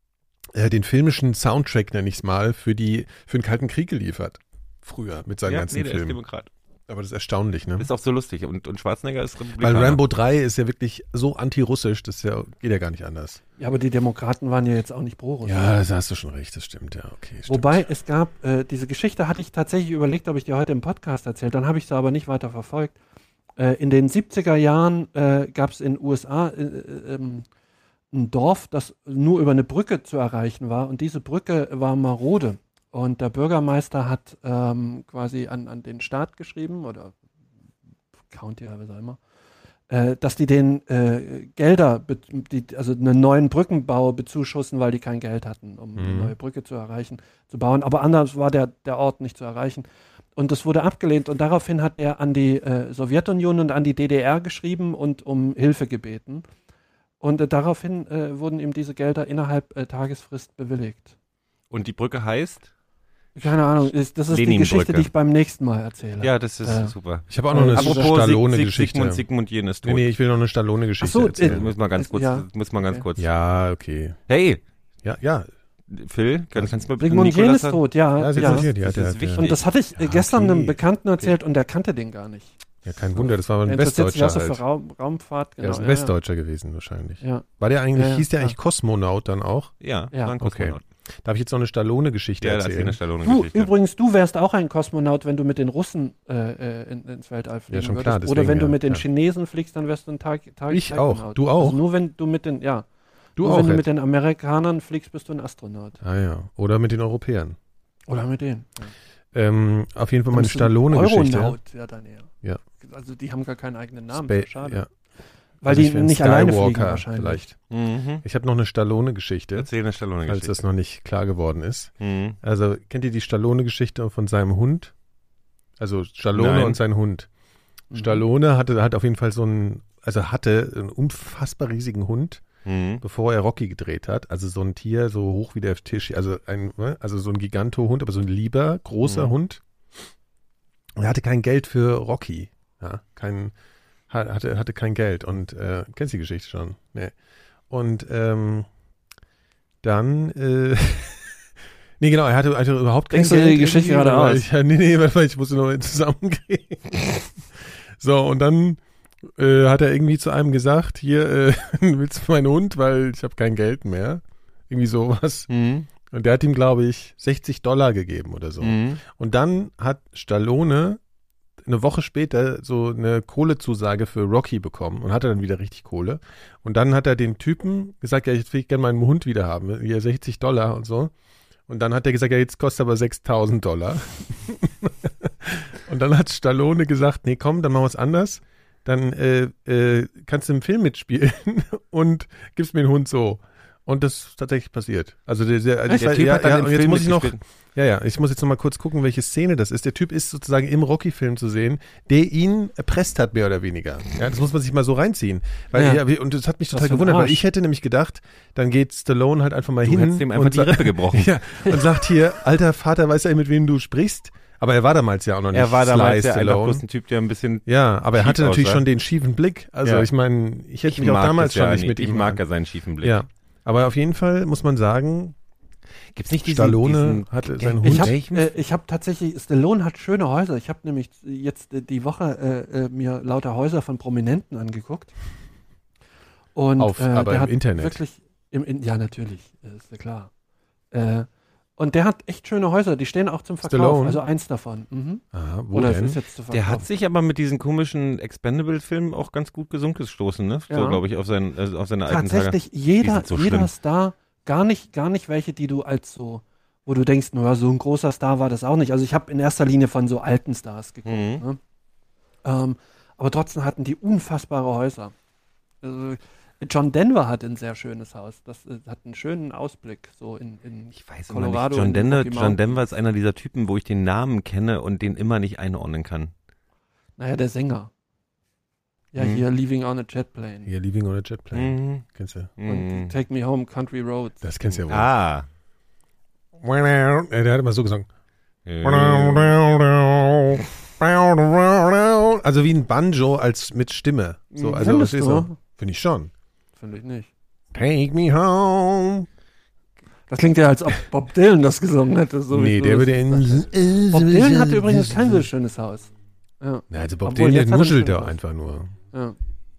filmischen Soundtrack, nenne ich es mal, für den Kalten Krieg geliefert. Früher mit seinen ganzen der ist Filmen. Demokrat. Aber das ist erstaunlich, ne? Ist auch so lustig. Und Schwarzenegger ist Republikaner. Weil Rambo 3 ist ja wirklich so antirussisch, das geht ja gar nicht anders. Ja, aber die Demokraten waren ja jetzt auch nicht pro-russisch. Ja, da hast du schon recht, das stimmt, ja, okay. Stimmt. Wobei es gab, diese Geschichte hatte ich tatsächlich überlegt, ob ich die heute im Podcast erzählt, dann habe ich sie aber nicht weiter verfolgt. In den 70er Jahren gab es in den USA ein Dorf, das nur über eine Brücke zu erreichen war und diese Brücke war marode. Und der Bürgermeister hat quasi an den Staat geschrieben oder County, was auch immer, dass die den Gelder, also einen neuen Brückenbau bezuschussen, weil die kein Geld hatten, um eine neue Brücke zu bauen. Aber anders war der Ort nicht zu erreichen. Und das wurde abgelehnt. Und daraufhin hat er an die Sowjetunion und an die DDR geschrieben und um Hilfe gebeten. Und daraufhin wurden ihm diese Gelder innerhalb Tagesfrist bewilligt. Und die Brücke heißt? Keine Ahnung, das ist die Geschichte, die ich beim nächsten Mal erzähle. Ja, das ist super. Ich habe auch noch eine Stallone-Geschichte. Sigmund Jähn ist tot. Nee, ich will noch eine Stallone-Geschichte erzählen. Muss man ganz kurz. Ja, okay. Hey, Ja. Phil, kannst du mal Sigmund Jähn ist tot, ja. Das ist wichtig. Und das hatte ich gestern einem Bekannten erzählt und der kannte den gar nicht. Ja, kein Wunder, das war ein Der Westdeutscher interessiert sich auch so halt. für Raumfahrt, genau. Er ist ein Westdeutscher gewesen wahrscheinlich. Ja. War der eigentlich, Ja, hieß der ja. eigentlich Kosmonaut dann auch? Ja, Ja. war ein Kosmonaut. Darf ich jetzt noch eine Stallone-Geschichte Ja, das ist erzählen? eine Stallone-Geschichte. Übrigens, du wärst auch ein Kosmonaut, wenn du mit den Russen ins Weltall fliegen schon würdest. klar, Oder deswegen, wenn du ja, mit den ja. Chinesen fliegst, dann wärst du ein Tag Ich auch. Du auch? Also nur wenn du mit den, ja. Du nur auch, wenn du Ed? mit den Amerikanern fliegst, bist du ein Astronaut. Ah ja, oder mit den Europäern. Oder mit denen. Auf jeden Fall meine Dann bist du ein Stallone-Geschichte. Euronaut wäre dann eher. Ja. Also die haben gar keinen eigenen Namen. Spa- Schade. Ja. Weil Also ich die wär ein nicht alleine fliegen Skywalker wahrscheinlich. vielleicht. Mhm. Ich habe noch eine Stallone-Geschichte, Erzähl eine falls Stallone-Geschichte. das noch nicht klar geworden ist. Mhm. Also, kennt ihr die Stallone-Geschichte von seinem Hund? Also Stallone Nein. und sein Hund. Stallone hat auf jeden Fall hatte einen unfassbar riesigen Hund, Mhm. bevor er Rocky gedreht hat. Also so ein Tier, so hoch wie der Tisch, also so ein Giganto-Hund, aber so ein lieber, großer Hund. Und er hatte kein Geld für Rocky. Ja, hatte kein Geld. Und kennst du die Geschichte schon? Nee. Und dann nee, genau, er hatte überhaupt kein Denkst du Geld. dir die Geschichte irgendwie, gerade weil aus? Ich musste noch mal zusammenkriegen. So, und dann hat er irgendwie zu einem gesagt, hier, willst du meinen Hund, weil ich habe kein Geld mehr. Irgendwie sowas. Mhm. Und der hat ihm, glaube ich, $60 gegeben oder so. Mhm. Und dann hat Stallone eine Woche später so eine Kohlezusage für Rocky bekommen und hatte dann wieder richtig Kohle. Und dann hat er dem Typen gesagt, ja, jetzt will ich gerne meinen Hund wieder haben, hier $60 und so. Und dann hat er gesagt, ja, jetzt kostet aber $6.000. Und dann hat Stallone gesagt, nee, komm, dann machen wir es anders. Dann kannst du im Film mitspielen und gibst mir den Hund so. Und das ist tatsächlich passiert. Also der Typ hat dann im und jetzt Film muss ich noch, mitgespielt. ich muss jetzt noch mal kurz gucken, welche Szene das ist. Der Typ ist sozusagen im Rocky-Film zu sehen, der ihn erpresst hat, mehr oder weniger. Ja, das muss man sich mal so reinziehen. Und das hat mich total für ein gewundert, weil Arsch. ich hätte nämlich gedacht, dann geht Stallone halt einfach mal Du hin hättest ihm einfach und die Rippe gebrochen. ja, und sagt hier, alter Vater, weißt du, mit wem du sprichst? Aber er war damals ja auch noch nicht Er war damals ja Sly einfach Stallone. bloß ein Typ, der ein bisschen... Ja, aber er hatte schief natürlich aussah. schon den schiefen Blick. Also Ja. ich meine, ich hätte Ich mich auch mag damals das ja schon nicht nicht. mit ihm... Ich mag ja seinen schiefen Blick. Ja, aber auf jeden Fall muss man sagen, Gibt's nicht Stallone hatte seinen Gang- Hund. Ich habe tatsächlich, Stallone hat schöne Häuser. Ich habe nämlich jetzt die Woche mir lauter Häuser von Prominenten angeguckt. Und, Aber der im hat Internet. Wirklich ja, natürlich, ist ja klar. Und der hat echt schöne Häuser, die stehen auch zum Verkauf. Stallone? Also eins davon. Mhm. Aha, wo Oder es denn? ist jetzt zu verkaufen. Der hat sich aber mit diesen komischen Expendable-Filmen auch ganz gut gesund gestoßen, ne? So, Ja. glaube ich, auf seine alten Tage. Tatsächlich Die jeder sind so schlimm. Star, gar nicht welche, die du als so, wo du denkst, naja, so ein großer Star war das auch nicht. Also ich habe in erster Linie von so alten Stars geguckt. Mhm. Ne? Aber trotzdem hatten die unfassbare Häuser. Also John Denver hat ein sehr schönes Haus. Das hat einen schönen Ausblick so in Ich weiß Colorado. immer nicht. in Rocky John Mountains. Denver ist einer dieser Typen, wo ich den Namen kenne und den immer nicht einordnen kann. Naja, der Sänger. Ja, Mhm. hier Leaving on a Jet Plane. Hier, Leaving on a Jet Plane. Mhm. Kennst du? Und Mhm. Take Me Home, Country Roads. Das kennst du ja wohl. Ah, Der hat immer so gesungen. Also wie ein Banjo als mit Stimme. So, also Findest was ist du? so? Finde ich schon. Finde ich nicht. Take me home. Das klingt ja, als ob Bob Dylan das gesungen hätte. So Nee, wie der du würde das in... Bob Dylan hatte übrigens kein so schönes Haus. Ja. Ja, also Bob Obwohl, Dylan, jetzt der hat er nuschelt ein da schönes einfach nur. Ja.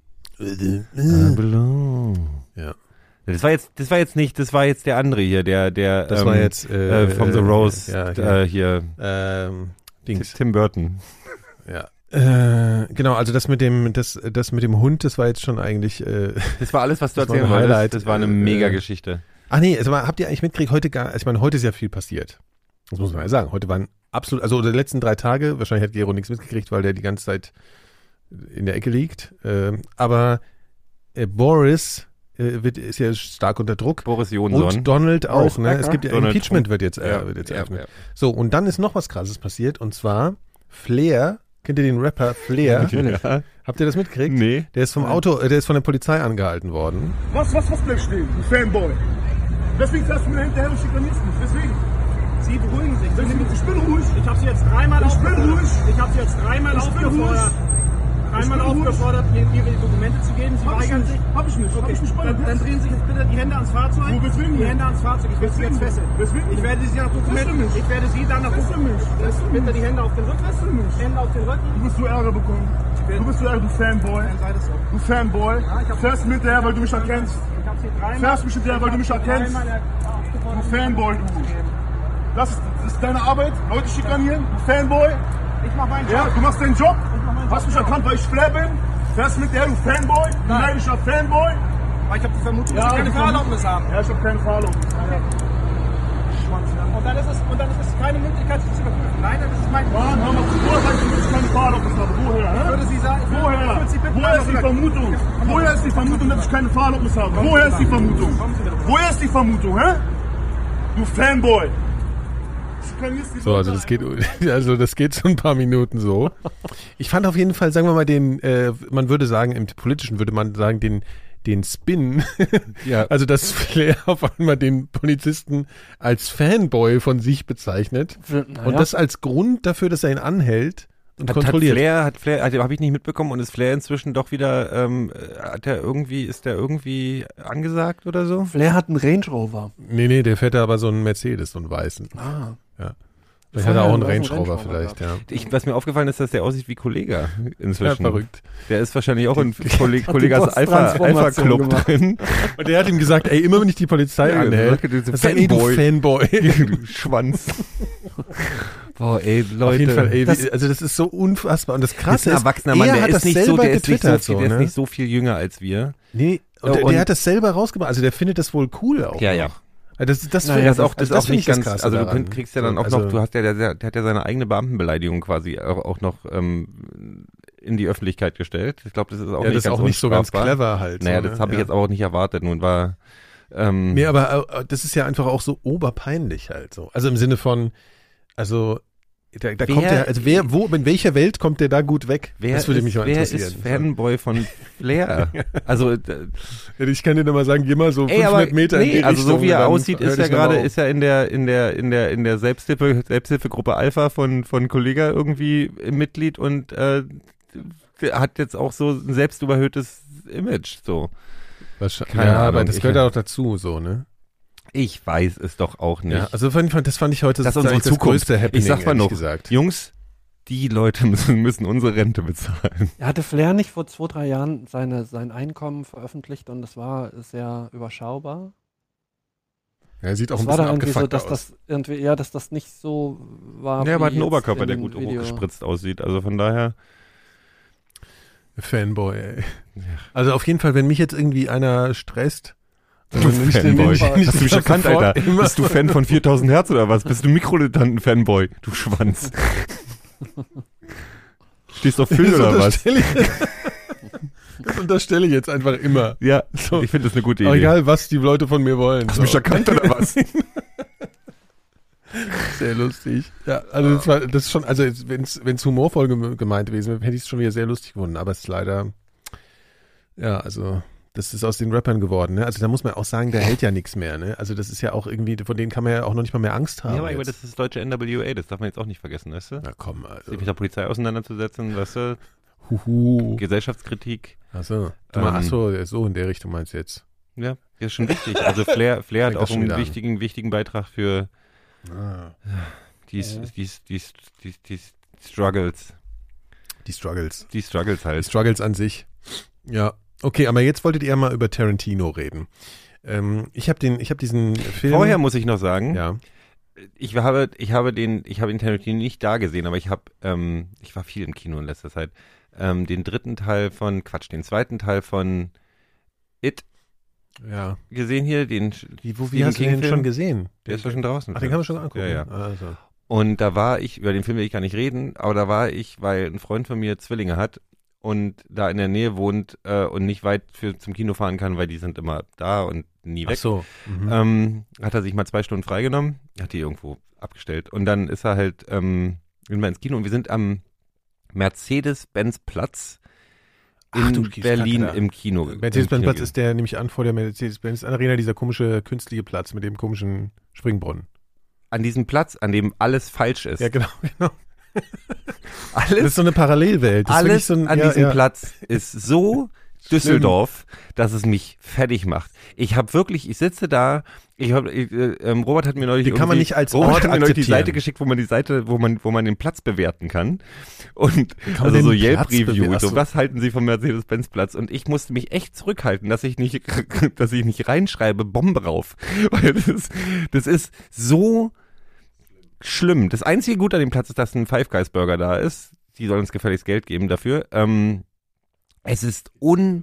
Ja. Das war jetzt nicht, das war jetzt der andere hier, der Das war jetzt from the Rose, ja, hier, Dings. Tim Burton. Ja. Genau, also das mit dem Hund, das war jetzt schon eigentlich. Das war alles, was du Das war erzählen ein wolltest. Highlight. Das war eine Mega-Geschichte. Ach nee, also habt ihr eigentlich mitgekriegt, heute ist ja viel passiert. Das muss man ja sagen. Heute waren absolut, also die letzten 3 Tage, wahrscheinlich hat Gero nichts mitgekriegt, weil der die ganze Zeit in der Ecke liegt. Aber Boris ist ja stark unter Druck. Boris Johnson. Und Donald auch, ne? Becker. Es gibt ja Donald Impeachment Trump. wird jetzt eröffnet. ja. So, und dann ist noch was Krasses passiert, und zwar Flair, kennt ihr den Rapper Flair? Ja. Habt ihr das mitgekriegt? Nee. Der ist vom der ist von der Polizei angehalten worden. Was bleibst stehen, du Fanboy? Deswegen fährst du mir hinterher und schikanierst mich. Deswegen. Sie beruhigen sich. Ich bin ruhig. Ich habe Sie jetzt dreimal Ich bin ruhig. aufgefordert, mir Ihre Dokumente zu geben. Sie weigern sich. Hab ich nicht. Okay. Hab ich nicht bei Dann drehen Sie jetzt bitte die Hände ans Fahrzeug. Wo, weswegen? Die Hände ans Fahrzeug. Ich werde Sie jetzt fesseln. Weswegen? Ich werde Sie nach Dokumenten. Fessel mich. Ich werde Sie dann nach Fessel mich. Bitte die Hände auf den Rücken. Fessel mich. Hände auf den Rücken. Du bist so Ärger bekommen. Du bist so Ärger, du Fanboy. Dann sei das so. Du Fanboy. Fährst mir hinterher, weil du mich erkennst. Ich habe Sie dreimal. Fährst mich hinterher, weil du mich erkennst. Du Fanboy, du. Das ist deine Arbeit, Leute schikanieren, du Fanboy. Ich mache meinen Job. Ja, du machst deinen Job. mach meinen Hast Job. mich erkannt, weil ich Flair bin. Fährst mit der, du Fanboy. Du Nein. neidischer Fanboy. Weil ich habe die Vermutung, dass Ja, Sie keine die Fahrerlaubnis haben. Ja, ich hab keine Fahrerlaubnis. Und dann ist es keine Möglichkeit, Sie zu überprüfen. Nein, das ist mein Mann, hör mal, woher weißt du, dass ich keine Fahrerlaubnis habe? Woher? Ich Hä? würde Sie sagen, ich Woher? würde Sie bitten, Woher ist die Vermutung? Woher ist die Vermutung, dass ich keine Fahrerlaubnis habe? Woher ist die Vermutung? Woher ist die Vermutung, hä? Du Fanboy. Schikanierst die So, also das geht so ein paar Minuten so. Ich fand auf jeden Fall, sagen wir mal, man würde sagen, im Politischen würde man sagen, den Spin, Ja. also dass Flair auf einmal den Polizisten als Fanboy von sich bezeichnet und das als Grund dafür, dass er ihn anhält und kontrolliert. Hat Flair, also habe ich nicht mitbekommen, und ist Flair inzwischen doch wieder, ist der irgendwie angesagt oder so? Flair hat einen Range Rover. Nee, der fährt da aber so einen Mercedes, so einen weißen. Ah. Ja. Vielleicht hat er auch einen Vorher Range einen Rover Range Rover vielleicht, ja. Was mir aufgefallen ist, dass der aussieht wie Kollega inzwischen. Ja, verrückt. Der ist wahrscheinlich auch in die Kollegas Posttransformation Alpha-Club gemacht. drin. Und der hat ihm gesagt, ey, immer wenn ich die Polizei Ja, anhält, sag, du das ist ey, du Fanboy. Du Schwanz. Boah, ey, Leute. Auf jeden Fall, ey, Das- also das ist so unfassbar. Und das Das ist Krasse ein ist, erwachsener Mann, er der hat ist das nicht so, selber der ist nicht so getwittert, viel, der ne? ist nicht so viel jünger als wir. Nee, und Ja, und- der hat das selber rausgebracht. Also der findet das wohl cool auch. Ja, ja. Das Naja, Das ist auch, das das ist auch finde nicht ich das ganz, Krasse also du daran. kriegst ja dann auch Also- noch, der hat ja seine eigene Beamtenbeleidigung quasi auch noch in die Öffentlichkeit gestellt. Ich glaube, das ist auch Ja, nicht das ist ganz auch nicht so ganz unstrafbar. clever halt. Naja, so, das ne? habe ich jetzt auch nicht erwartet. Nun war, Nee, aber das ist ja einfach auch so oberpeinlich halt so. Also im Sinne von, also da kommt der, also in welcher Welt kommt der da gut weg? Das würde mich mal wer interessieren. ist Fanboy von Flair? Also, Ja, ich kann dir nur mal sagen, geh mal so 500 aber Meter in die also so Richtung wie er und dann aussieht, hör ist er dich noch mal gerade, auf. ist er in der Selbsthilfegruppe Alpha von Kollega irgendwie Mitglied und der hat jetzt auch so ein selbstüberhöhtes Image, so. Keine Ja, aber Ahnung, das gehört auch dazu, so, ne? Ich weiß es doch auch nicht. Ja, also das fand ich heute Das ist sozusagen unsere Zukunft. größte Happening, Ich sag mal ehrlich noch, gesagt. Jungs, die Leute müssen unsere Rente bezahlen. Er hatte Flair nicht vor 2-3 Jahren sein Einkommen veröffentlicht und das war sehr überschaubar. Ja, sieht auch Das ein war bisschen da irgendwie so, abgefuckt dass aus. das irgendwie, ja, dass das nicht so war. Ja, aber hat wie einen jetzt Oberkörper, in der dem gut Video. hochgespritzt aussieht. Also von daher. Fanboy, ey. Also auf jeden Fall, wenn mich jetzt irgendwie einer stresst, Du Fanboy. Hast du mich erkannt, Alter? Immer Bist du Fan von 4000 Hertz oder was? Bist du Mikrodilettanten-Fanboy? Du Schwanz. Stehst du auf Film oder was? Das unterstelle ich jetzt einfach immer. Ja, So. ich finde das eine gute Aber Idee. egal, was die Leute von mir wollen. Hast du mich erkannt oder was? Sehr lustig. Ja, also das ist schon, also wenn es humorvoll gemeint gewesen wäre, hätte ich es schon wieder sehr lustig gefunden. Aber es ist leider, ja, also Das ist aus den Rappern geworden, ne? Also da muss man auch sagen, der hält ja nichts mehr, ne? Also das ist ja auch irgendwie, von denen kann man ja auch noch nicht mal mehr Angst haben. Ja, aber jetzt. das ist das deutsche NWA, das darf man jetzt auch nicht vergessen, weißt du? Na komm, also. Sich mit der Polizei auseinanderzusetzen, weißt du? Huhu. Gesellschaftskritik. Achso, so in der Richtung meinst du jetzt. Ja, ist schon wichtig. Also Flair hat Fängt auch das schon einen wieder wichtigen Beitrag für die Struggles. Die Struggles. Die Struggles halt. Die Struggles an sich. Ja. Okay, aber jetzt wolltet ihr mal über Tarantino reden. Ich habe diesen Film. Vorher muss ich noch sagen, Ja. ich habe den Tarantino nicht da gesehen, aber ich war viel im Kino in letzter Zeit. Den zweiten Teil von It Ja. gesehen hier, den Wie hast du den schon gesehen? Der ist ja schon draußen. Ach, den kann man schon angucken. Ja, ja. Also. Und da war ich, über den Film will ich gar nicht reden, aber da war ich, weil ein Freund von mir Zwillinge hat und da in der Nähe wohnt und nicht weit zum Kino fahren kann, weil die sind immer da und nie weg. Ach so. Mhm. Hat er sich mal 2 Stunden freigenommen, hat die irgendwo abgestellt und dann ist er halt sind wir ins Kino und wir sind am Mercedes-Benz-Platz in Berlin im Kino. Mercedes-Benz-Platz ist der, nehme ich an, vor der Mercedes-Benz-Arena, dieser komische künstliche Platz mit dem komischen Springbrunnen. An diesem Platz, an dem alles falsch ist. Ja, genau. Alles, Das ist so eine Parallelwelt. Das ist alles wirklich so an diesem Platz ist so Düsseldorf, dass es mich fertig macht. Ich sitze da, Robert hat mir neulich Den kann man nicht als Ort Robert hat mir neulich die akzeptieren. Seite geschickt, wo man den Platz bewerten kann. Und Kann man also den so Platz Yelp-Review, bewerten? so was halten Sie vom Mercedes-Benz-Platz? Und ich musste mich echt zurückhalten, dass ich nicht reinschreibe, Bombe rauf. Weil das ist so schlimm. Das einzige Gute an dem Platz ist, dass ein Five Guys Burger da ist. Die sollen uns gefälligst Geld geben dafür. Es ist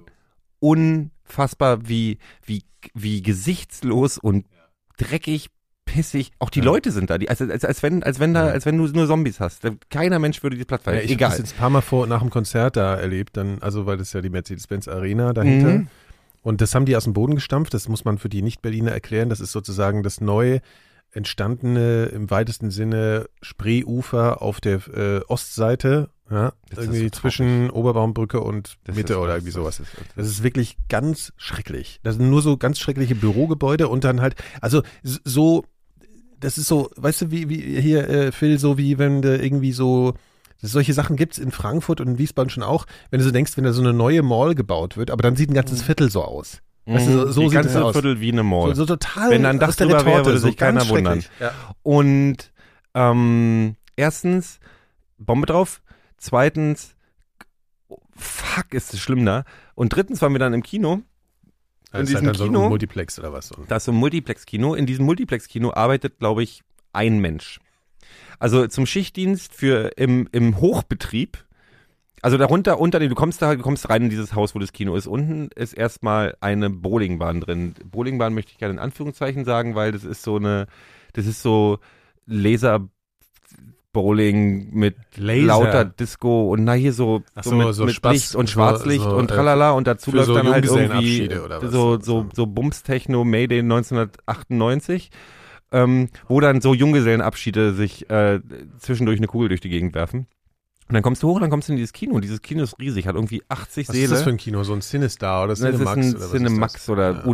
unfassbar, wie gesichtslos und dreckig, pissig. Auch die Leute sind da, als wenn du nur Zombies hast. Keiner Mensch würde dieses Platz Ja, verlassen. ich habe das jetzt ein paar Mal nach dem Konzert da erlebt, weil das ist ja die Mercedes-Benz Arena dahinter. Mhm. Und das haben die aus dem Boden gestampft. Das muss man für die Nicht-Berliner erklären. Das ist sozusagen das neu entstandene, im weitesten Sinne, Spreeufer auf der Ostseite. Ja, Das ist irgendwie so zwischen Oberbaumbrücke und Das Mitte ist- oder irgendwie sowas. das ist- Das ist wirklich ganz schrecklich. Das sind nur so ganz schreckliche Bürogebäude und dann halt, also so, das ist so, weißt du, wie hier, Phil, so wie wenn du irgendwie so, solche Sachen gibt's in Frankfurt und in Wiesbaden schon auch, wenn du so denkst, wenn da so eine neue Mall gebaut wird, aber dann sieht ein ganzes Viertel so aus. Weißt du, so die sieht es ganze aus. Viertel wie eine Mall. So total Wenn da ein Dach aus der drüber wäre, Retorte, würde sich ganz keiner wundern. schrecklich. Ja. Und erstens, Bombe drauf. Zweitens, fuck, ist das schlimm da. Und drittens waren wir dann im Kino. Das In ist halt diesem dann so Kino, ein Multiplex oder was. das ist so ein Multiplex-Kino. In diesem Multiplex-Kino arbeitet, glaube ich, ein Mensch. Also zum Schichtdienst im Hochbetrieb. Also du kommst rein in dieses Haus, wo das Kino ist. Unten ist erstmal eine Bowlingbahn drin. Bowlingbahn möchte ich gerne in Anführungszeichen sagen, weil das ist so Laser-Bowling mit Laser. lauter Disco und hier so mit Spaß, Licht und Schwarzlicht so, und tralala und dazu für läuft so dann halt irgendwie Junggesellenabschiede oder was? so Bums-Techno Mayday 1998, wo dann so Junggesellenabschiede sich zwischendurch eine Kugel durch die Gegend werfen. Und dann kommst du hoch und dann kommst du in dieses Kino. Und dieses Kino ist riesig, hat irgendwie 80 Was Säle. ist das für ein Kino? So ein Cinestar oder Das ist Cinemax? ein oder was Cinemax ist das? oder Ja.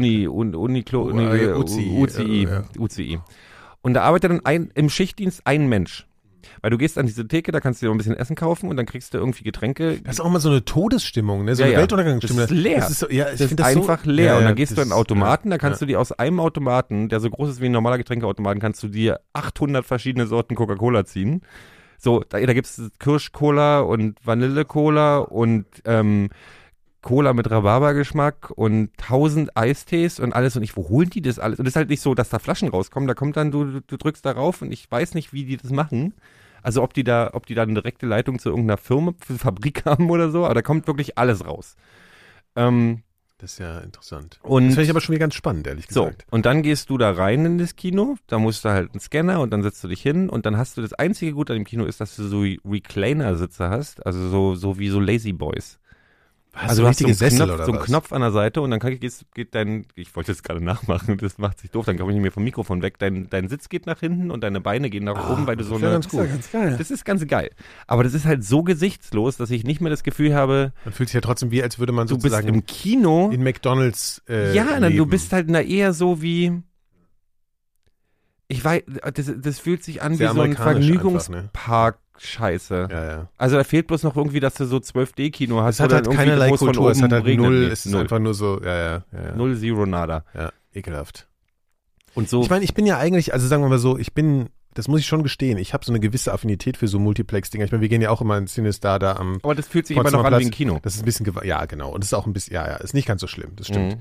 UCI. ja. UCI. Und da arbeitet dann im Schichtdienst ein Mensch. Weil du gehst an diese Theke, da kannst du dir noch ein bisschen Essen kaufen und dann kriegst du irgendwie Getränke. Das ist auch immer so eine Todesstimmung, ne? So eine Weltuntergangsstimmung. Das ist leer. Das ist so, ja, ich Das ist find das einfach so, leer. Ja, und ja, dann gehst du in einen Automaten, da ja, kannst du dir aus einem Automaten, der so groß ist wie ein normaler Getränkeautomaten, kannst du dir 800 verschiedene Sorten Coca-Cola ziehen. So, da gibt's Kirsch-Cola und Vanille-Cola und Cola mit Rhabarbergeschmack und 1000 Eistees und alles. Und wo holen die das alles? Und es ist halt nicht so, dass da Flaschen rauskommen. Da kommt dann, du drückst da rauf und ich weiß nicht, wie die das machen. Also ob die da eine direkte Leitung zu irgendeiner Firma, Fabrik haben oder so. Aber da kommt wirklich alles raus. Das ist ja interessant. Und Das finde ich aber schon wieder ganz spannend, ehrlich so, gesagt. und dann gehst du da rein in das Kino, da musst du halt einen Scanner und dann setzt du dich hin und dann hast du, das einzige Gute an dem Kino ist, dass du so Recliner-Sitze hast, also so wie so Lazy Boys. Also du hast so einen, Sessel Knopf, oder so einen was? Knopf an der Seite und dann geht dein, ich wollte jetzt gerade nachmachen, das macht sich doof, dann komme ich nicht mehr vom Mikrofon weg. Dein Sitz geht nach hinten und deine Beine gehen nach oben, weil du so das wär eine... ganz gut. Ganz geil. Das ist ganz geil. Aber das ist halt so gesichtslos, dass ich nicht mehr das Gefühl habe, Man fühlt sich ja trotzdem wie, als würde man du bist sozusagen im Kino. in McDonalds Ja, du leben. bist halt eher so wie... Ich weiß, das fühlt sich an Sehr wie so ein amerikanisch Vergnügungspark-Scheiße. Ja, ja. Also da fehlt bloß noch irgendwie, dass du so 12D-Kino hast. Es hat wo halt dann irgendwie keinerlei groß von Kultur, es oben hat halt regnet. null, Nee, es ist null. einfach nur so, ja. Null, zero, nada. Ja, ekelhaft. Und so, Ich meine, ich bin ja eigentlich, also sagen wir mal so, das muss ich schon gestehen, ich habe so eine gewisse Affinität für so Multiplex-Dinger. Ich meine, wir gehen ja auch immer in Cinestar da am aber das fühlt sich immer noch Potsdamer an wie ein Platz. Kino. Das ist ein bisschen, ja genau, und das ist auch ein bisschen, ja, ist nicht ganz so schlimm, das stimmt.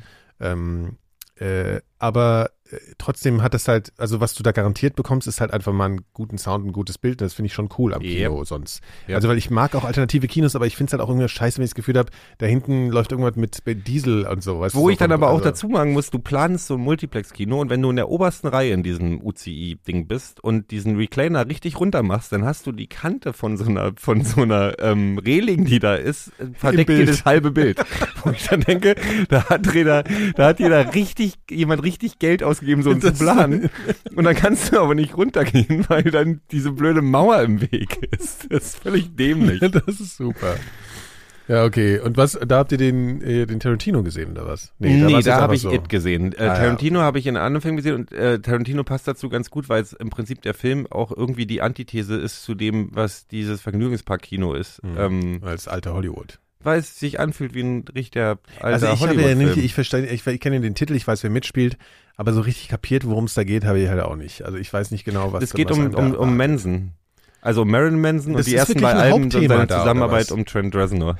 Aber trotzdem hat das halt, also was du da garantiert bekommst, ist halt einfach mal einen guten Sound, ein gutes Bild. Das finde ich schon cool am Kino sonst. Yep. Also weil ich mag auch alternative Kinos, aber ich finde es halt auch irgendwie scheiße, wenn ich das Gefühl habe, da hinten läuft irgendwas mit Diesel und so. Weißt du, Wo so ich dann von- aber auch also- dazu sagen muss, du planst so ein Multiplex-Kino und wenn du in der obersten Reihe in diesem UCI-Ding bist und diesen Recliner richtig runter machst, dann hast du die Kante von so einer Reling, die da ist, verdeckt dir Bild. das halbe Bild. Wo ich dann denke, da hat jemand richtig Geld ausgegeben, so einen zu planen. Und dann kannst du aber nicht runtergehen, weil dann diese blöde Mauer im Weg ist. Das ist völlig dämlich. Das ist super. Ja, okay. Und was, da habt ihr den Tarantino gesehen, oder was? Nee, war's da jetzt habe einfach ich so. It gesehen. Tarantino habe ich in einem anderen Film gesehen und Tarantino passt dazu ganz gut, weil es im Prinzip der Film auch irgendwie die Antithese ist zu dem, was dieses Vergnügungspark-Kino ist. Als alter Hollywood. Weil es sich anfühlt wie ein richtiger Also alter ich habe ja Hollywood-Film. nicht, ich kenne den Titel, ich weiß, wer mitspielt, aber so richtig kapiert, worum es da geht, habe ich halt auch nicht. Also ich weiß nicht genau, was Es geht was einem da um erwartet. Manson. Also Marilyn Manson Das und die ist ersten wirklich zwei ein Alben und Hauptthema seine da, oder Zusammenarbeit was? um Trent Reznor.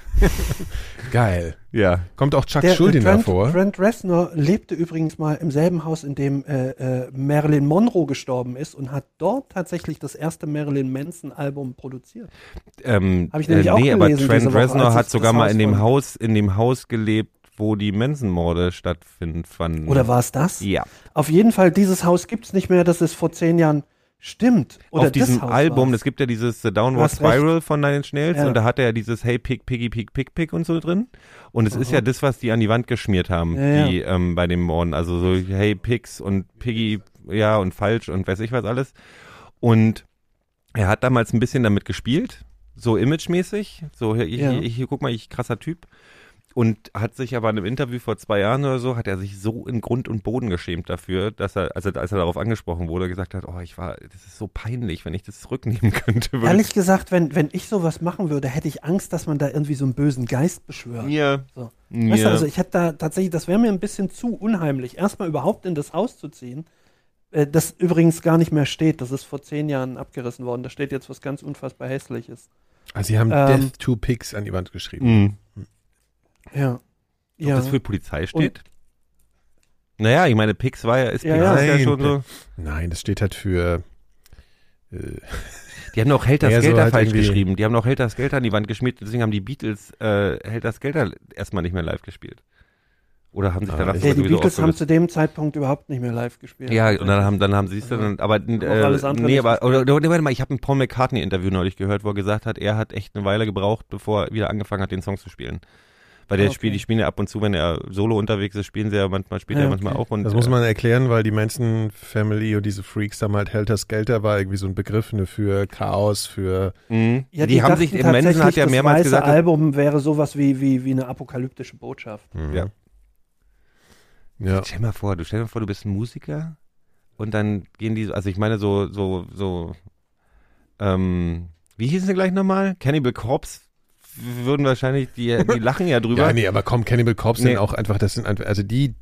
Geil. Ja. Kommt auch Chuck Schuldiner Trent, vor. Trent Reznor lebte übrigens mal im selben Haus, in dem Marilyn Monroe gestorben ist und hat dort tatsächlich das erste Marilyn Manson-Album produziert. Hab ich nämlich auch aber gelesen Trent diese Woche, Reznor als hat ich sogar das mal Haus in dem Haus gelebt, wo die Manson-Morde fanden. Oder war es das? Ja. Auf jeden Fall, dieses Haus gibt's nicht mehr, das ist vor 10 Jahren stimmt. Oder Auf diesem das Haus Album, war's. es gibt ja dieses The Du Downward hast recht. Spiral von Nine Inch Nails Ja. und da hat er ja dieses Hey Pig, Piggy, Pig, Pig, Pig und so drin. Und es ist ja das, was die an die Wand geschmiert haben, Ja, die bei den Morden. Also so Hey Pigs und Piggy, ja und falsch und weiß ich was alles. Und er hat damals ein bisschen damit gespielt, so imagemäßig, so ich guck mal, ich krasser Typ. Und hat sich aber in einem Interview vor 2 Jahren oder so, hat er sich so in Grund und Boden geschämt dafür, dass er, als er darauf angesprochen wurde, gesagt hat, das ist so peinlich, wenn ich das zurücknehmen könnte. Ehrlich gesagt, wenn ich sowas machen würde, hätte ich Angst, dass man da irgendwie so einen bösen Geist beschwört. Ja. So. Ja. Weißt du, also ich hätte da tatsächlich, das wäre mir ein bisschen zu unheimlich, erstmal überhaupt in das Haus zu ziehen, das übrigens gar nicht mehr steht, das ist vor 10 Jahren abgerissen worden, da steht jetzt was ganz unfassbar Hässliches. Also sie haben Death to Pigs an die Wand geschrieben. Ja. Ob das für Polizei steht? Naja, ich meine, Pix war ja, ist Ja, Pix ja. ist ja Nein, schon so. Nein, das steht halt für Die haben auch Helter Ja, so Skelter halt falsch irgendwie- geschrieben. Die haben auch Helter Skelter an die Wand geschmiert, deswegen haben die Beatles Helter Skelter erstmal nicht mehr live gespielt. Oder haben sich danach Die sowieso Beatles haben aufgelöst. zu dem Zeitpunkt überhaupt nicht mehr live gespielt. Ja, und dann haben sie es dann, aber alles andere nee, nicht aber warte mal, ich habe ein Paul McCartney Interview neulich gehört, wo er gesagt hat, er hat echt eine Weile gebraucht, bevor er wieder angefangen hat, den Song zu spielen. Weil der Okay. die spielen ja ab und zu, wenn er solo unterwegs ist, spielen sie ja manchmal, spielt er Ja, manchmal okay. auch. Und, Das muss man erklären, weil die Manson Family und diese Freaks haben halt Helter Skelter war irgendwie so ein Begriff für Chaos, für Ja, die haben sich, dachten Manson hat tatsächlich, ja mehrmals das weiße gesagt, Album wäre sowas wie eine apokalyptische Botschaft. ja. ja. Stell dir mal vor, du bist ein Musiker und dann gehen die, also ich meine wie hießen sie gleich nochmal? Cannibal Corpse würden wahrscheinlich, die lachen ja drüber. Ja, nee, aber komm, Cannibal Corpse Nee. sind auch einfach, das sind einfach, also die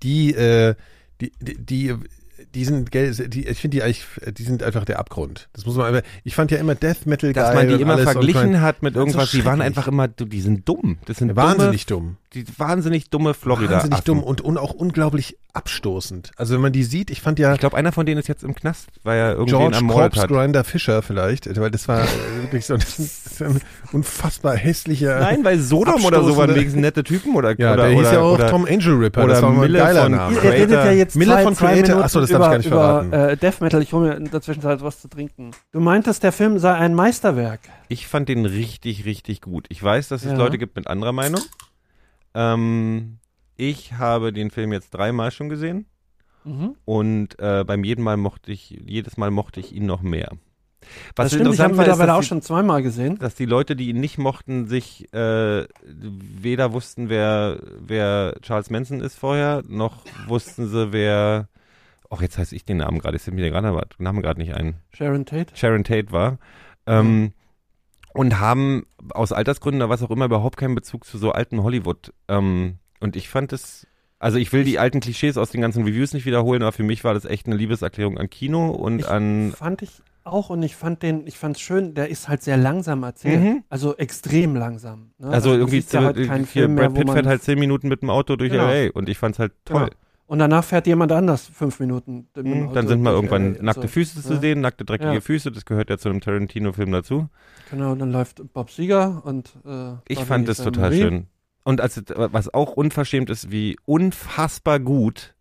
sind, ich finde die eigentlich, die sind einfach der Abgrund. Das muss man einfach, ich fand ja immer Death Metal geil. Dass man die und immer alles und verglichen hat mit so irgendwas, die waren schrecklich. einfach immer, die sind dumm. Das sind wahnsinnig dumm. Die wahnsinnig dumme Florida. Wahnsinnig dumm und auch unglaublich abstoßend. Also wenn man die sieht, ich fand ja Ich glaube, einer von denen ist jetzt im Knast, weil er irgendwen George ermordet Corpse hat. Grinder Fischer vielleicht, weil das war wirklich so ein unfassbar hässlicher. Nein, weil Sodom oder so waren abstoßende- wenigstens nette Typen oder Ja, oder, der hieß oder, ja auch oder, Tom Angel Ripper. oder Das war mal ein Mille geiler von Name. Ihr redet ja jetzt Miller zwei von Creator, Minuten achso, das darf ich gar nicht über verraten. Death Metal. Ich hole mir in der Zwischenzeit was zu trinken. Du meintest, der Film sei ein Meisterwerk. Ich fand den richtig, richtig gut. Ich weiß, dass es Ja. Leute gibt mit anderer Meinung. Ich habe den Film jetzt 3-mal schon gesehen und jedes Mal mochte ich ihn noch mehr. Was das stimmt, ich habe ihn mittlerweile auch schon 2-mal gesehen. Dass die Leute, die ihn nicht mochten, sich weder wussten, wer Charles Manson ist vorher, noch wussten sie, wer, jetzt heiße ich den Namen gerade, ich mir den Namen gerade nicht ein. Sharon Tate war. Und haben aus Altersgründen oder was auch immer überhaupt keinen Bezug zu so alten Hollywood. Und ich fand es, also ich will die alten Klischees aus den ganzen Reviews nicht wiederholen, aber für mich war das echt eine Liebeserklärung an Kino und fand ich auch, und ich fand's schön, der ist halt sehr langsam erzählt. Also extrem langsam. Ne? Also irgendwie Brad Pitt mehr, fährt halt 10 Minuten mit dem Auto durch LA und ich fand's halt toll. Genau. Und danach fährt jemand anders 5 Minuten. Dann sind mal irgendwann nackte Füße zu sehen, nackte, dreckige Füße, das gehört ja zu einem Tarantino-Film dazu. Genau, dann läuft Bob Seger und ich fand das total schön. Und was auch unverschämt ist, wie unfassbar gut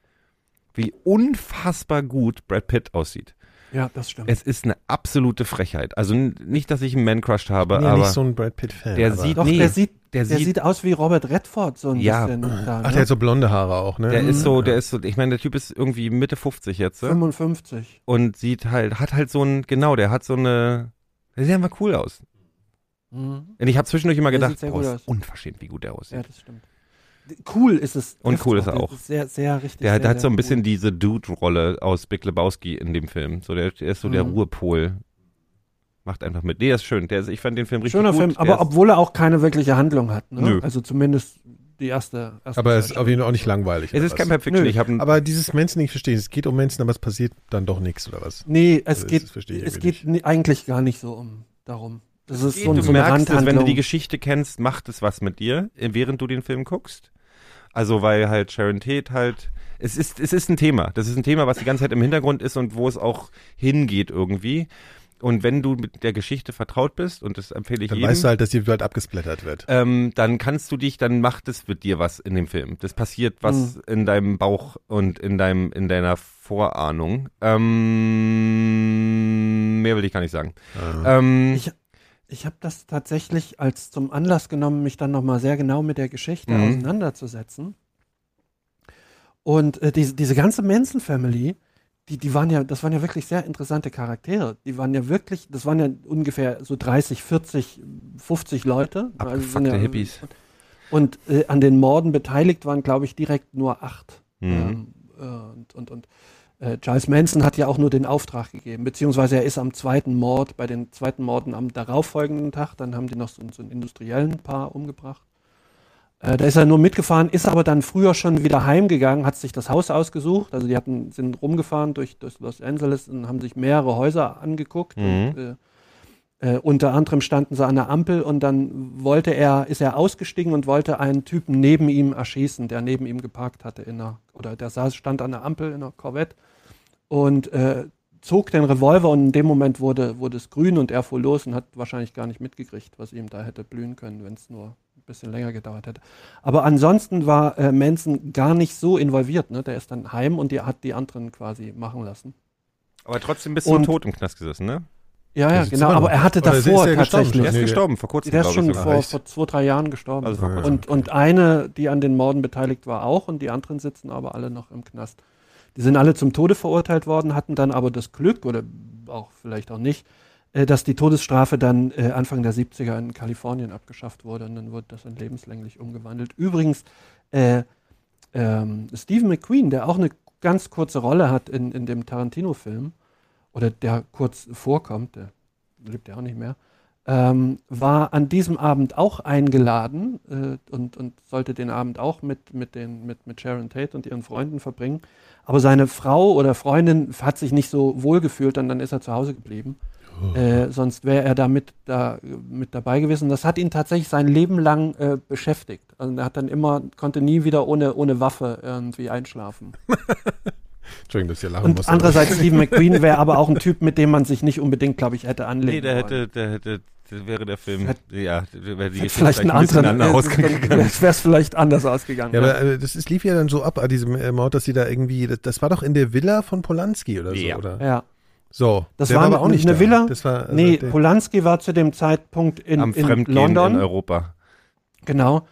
Brad Pitt aussieht. Ja, das stimmt. Es ist eine absolute Frechheit. Also nicht, dass ich einen Man-Crush habe, aber nicht so ein Brad Pitt-Fan. Der sieht aus wie Robert Redford so ein bisschen. Da, Ach, der hat so blonde Haare auch, ne? Der ist so, ich meine, der Typ ist irgendwie Mitte 50 jetzt. 55. Und hat halt so ein, genau, der sieht einfach cool aus. Und ich habe zwischendurch immer gedacht, ist unverschämt, wie gut der aussieht. Ja, das stimmt. Cool ist es. Und cool ist er auch. Sehr, sehr richtig. Der hat so ein bisschen diese Dude-Rolle aus Big Lebowski in dem Film. So, der ist so der Ruhepol. Macht einfach mit. Nee, das ist schön. Ich fand den Film richtig schöner gut. Film, aber obwohl er auch keine wirkliche Handlung hat. Ne? Nö. Also zumindest die erste aber es ist auf jeden Fall auch nicht langweilig. Es ist kein Pulp Fiction. Aber dieses Manson, ich verstehe, es geht um Manson, aber es passiert dann doch nichts, oder was? Nee, es geht eigentlich gar nicht so darum. Das ist so eine Randhandlung. Wenn du die Geschichte kennst, macht es was mit dir, während du den Film guckst. Also weil halt Sharon Tate halt, es ist ein Thema. Das ist ein Thema, was die ganze Zeit im Hintergrund ist und wo es auch hingeht irgendwie. Und wenn du mit der Geschichte vertraut bist, und das empfehle ich jedem. Dann weißt du halt, dass die bald abgesplattert wird. Dann macht es mit dir was in dem Film. Das passiert was in deinem Bauch und in deiner Vorahnung. Mehr will ich gar nicht sagen. Ich habe das tatsächlich als zum Anlass genommen, mich dann nochmal sehr genau mit der Geschichte auseinanderzusetzen. Und diese ganze Manson-Family, das waren ja wirklich sehr interessante Charaktere. Das waren ja ungefähr so 30, 40, 50 Leute. Abgefuckte Hippies. Und an den Morden beteiligt waren, glaube ich, direkt nur 8. Charles Manson hat ja auch nur den Auftrag gegeben, beziehungsweise er ist bei den zweiten Morden am darauffolgenden Tag, dann haben die noch so ein industriellen Paar umgebracht. Da ist er nur mitgefahren, ist aber dann früher schon wieder heimgegangen, hat sich das Haus ausgesucht, also die sind rumgefahren durch Los Angeles und haben sich mehrere Häuser angeguckt und unter anderem standen sie an der Ampel und dann ist er ausgestiegen und wollte einen Typen neben ihm erschießen, der neben ihm geparkt hatte stand an der Ampel in einer Corvette und zog den Revolver und in dem Moment wurde es grün und er fuhr los und hat wahrscheinlich gar nicht mitgekriegt, was ihm da hätte blühen können, wenn es nur ein bisschen länger gedauert hätte. Aber ansonsten war Manson gar nicht so involviert, ne? Der ist dann heim und hat die anderen quasi machen lassen. Aber trotzdem bis zum Tod im Knast gesessen, ne? Ja, genau, aber er hatte davor tatsächlich. Er ist gestorben, vor kurzem. Der ist schon vor 2-3 Jahren gestorben. Also und eine, die an den Morden beteiligt war, auch, und die anderen sitzen aber alle noch im Knast. Die sind alle zum Tode verurteilt worden, hatten dann aber das Glück, oder auch vielleicht auch nicht, dass die Todesstrafe dann Anfang der 70er in Kalifornien abgeschafft wurde und dann wurde das in lebenslänglich umgewandelt. Übrigens, Steve McQueen, der auch eine ganz kurze Rolle hat in dem Tarantino-Film, oder der kurz vorkommt, der lebt ja auch nicht mehr, war an diesem Abend auch eingeladen und sollte den Abend auch mit Sharon Tate und ihren Freunden verbringen. Aber seine Frau oder Freundin hat sich nicht so wohl gefühlt und dann ist er zu Hause geblieben. Sonst wäre er da mit dabei gewesen. Das hat ihn tatsächlich sein Leben lang beschäftigt. Also er hat dann konnte nie wieder ohne Waffe irgendwie einschlafen. Entschuldigung, dass ihr lachen und muss. Andererseits, Steve McQueen wäre aber auch ein Typ, mit dem man sich nicht unbedingt, glaube ich, hätte anlegen wollen. Wäre der Film, wäre die Geschichte vielleicht ein bisschen ausgegangen. Wäre es vielleicht anders ausgegangen. Ja, aber das lief ja dann so ab, an diesem Mord, dass sie da irgendwie, das war doch in der Villa von Polanski oder so, oder? Ja. So, das war aber auch nicht eine Villa. Das war, Polanski war zu dem Zeitpunkt in Fremdgehen London. In Europa. Genau.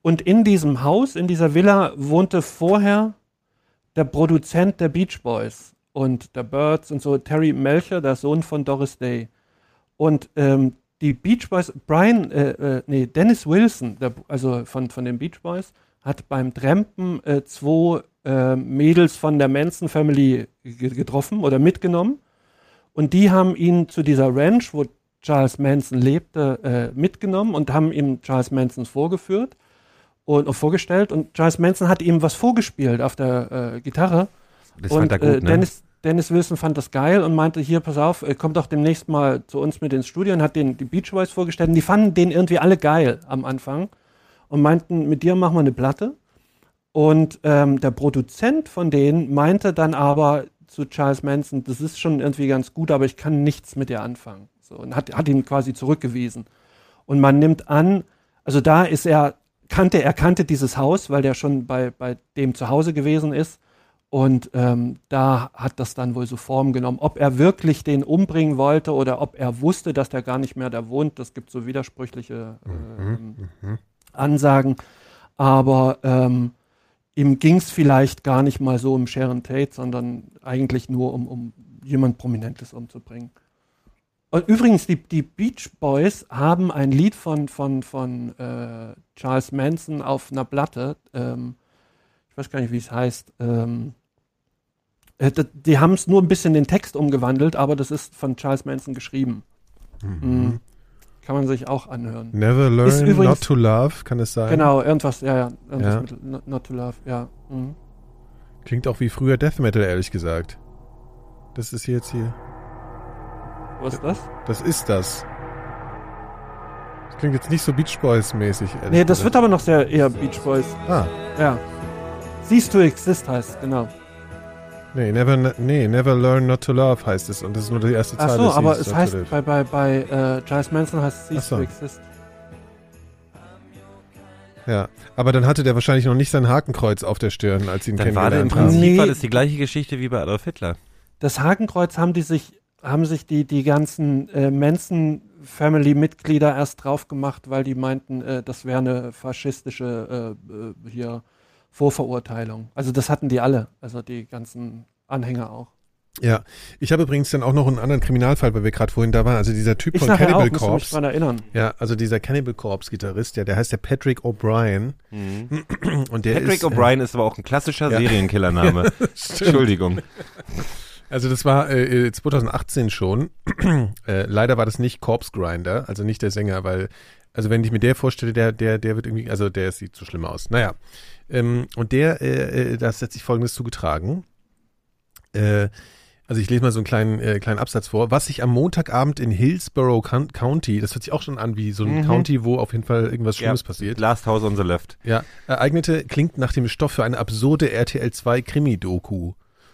Und in diesem Haus, in dieser Villa, wohnte vorher der Produzent der Beach Boys und der Byrds und so, Terry Melcher, der Sohn von Doris Day. Und die Beach Boys, Dennis Wilson, also von den Beach Boys, hat beim Trampen 2 Mädels von der Manson Family getroffen oder mitgenommen. Und die haben ihn zu dieser Ranch, wo Charles Manson lebte, mitgenommen und haben ihm Charles Manson vorgestellt. Und Charles Manson hat ihm was vorgespielt auf der Gitarre. Das fand er gut, ne? Dennis Wilson fand das geil und meinte, hier, pass auf, kommt doch demnächst mal zu uns mit ins Studio und hat die Beach Boys vorgestellt. Und die fanden den irgendwie alle geil am Anfang und meinten, mit dir machen wir eine Platte. Und der Produzent von denen meinte dann aber zu Charles Manson, das ist schon irgendwie ganz gut, aber ich kann nichts mit dir anfangen. So, und hat ihn quasi zurückgewiesen. Und man nimmt an, also da ist er kannte dieses Haus, weil der schon bei dem zu Hause gewesen ist. Und da hat das dann wohl so Form genommen. Ob er wirklich den umbringen wollte oder ob er wusste, dass der gar nicht mehr da wohnt, das gibt so widersprüchliche Ansagen. Aber ihm ging es vielleicht gar nicht mal so um Sharon Tate, sondern eigentlich nur um jemand Prominentes umzubringen. Und übrigens, die Beach Boys haben ein Lied von Charles Manson auf einer Platte, ich weiß gar nicht, wie es heißt. Die haben es nur ein bisschen den Text umgewandelt, aber das ist von Charles Manson geschrieben. Mhm. Kann man sich auch anhören. Never Learn übrigens, Not to Love, kann es sein? Genau, irgendwas mit Not to Love, ja. Mhm. Klingt auch wie früher Death Metal, ehrlich gesagt. Das ist jetzt hier. Was ist das? Das ist das. Das klingt jetzt nicht so Beach Boys mäßig. Nee, das wird aber noch eher Beach Boys. Ah. Ja. Cease to Exist heißt, genau. Nee, Never Learn Not to Love heißt es. Und das ist nur die erste Zeile. Ach so, aber es heißt, bei Charles Manson heißt es Cease to Exist. Ja, aber dann hatte der wahrscheinlich noch nicht sein Hakenkreuz auf der Stirn, als sie ihn kennengelernt haben. Im Prinzip war das die gleiche Geschichte wie bei Adolf Hitler. Das Hakenkreuz haben sich die ganzen Manson-Family-Mitglieder erst drauf gemacht, weil die meinten, das wäre eine faschistische Vorverurteilung. Also das hatten die alle, also die ganzen Anhänger auch. Ja, ich habe übrigens dann auch noch einen anderen Kriminalfall, weil wir gerade vorhin da waren. Also dieser Typ von Cannibal Corpse. Ich mich dran erinnern. Ja, also dieser Cannibal Corpse Gitarrist, der heißt der Patrick O'Brien. Mhm. Und Patrick O'Brien ist aber auch ein Serienkillername. Entschuldigung. Also das war 2018 schon. Leider war das nicht Corpse Grinder, also nicht der Sänger, weil, also wenn ich mir der vorstelle, der wird irgendwie, also der sieht so schlimm aus. Naja, und das hat sich Folgendes zugetragen. Also ich lese mal so einen kleinen Absatz vor. Was sich am Montagabend in Hillsborough County, das hört sich auch schon an wie so ein County, wo auf jeden Fall irgendwas Schlimmes passiert. Last House on the Left. Ja, ereignete, klingt nach dem Stoff für eine absurde RTL 2 Krimi-Doku.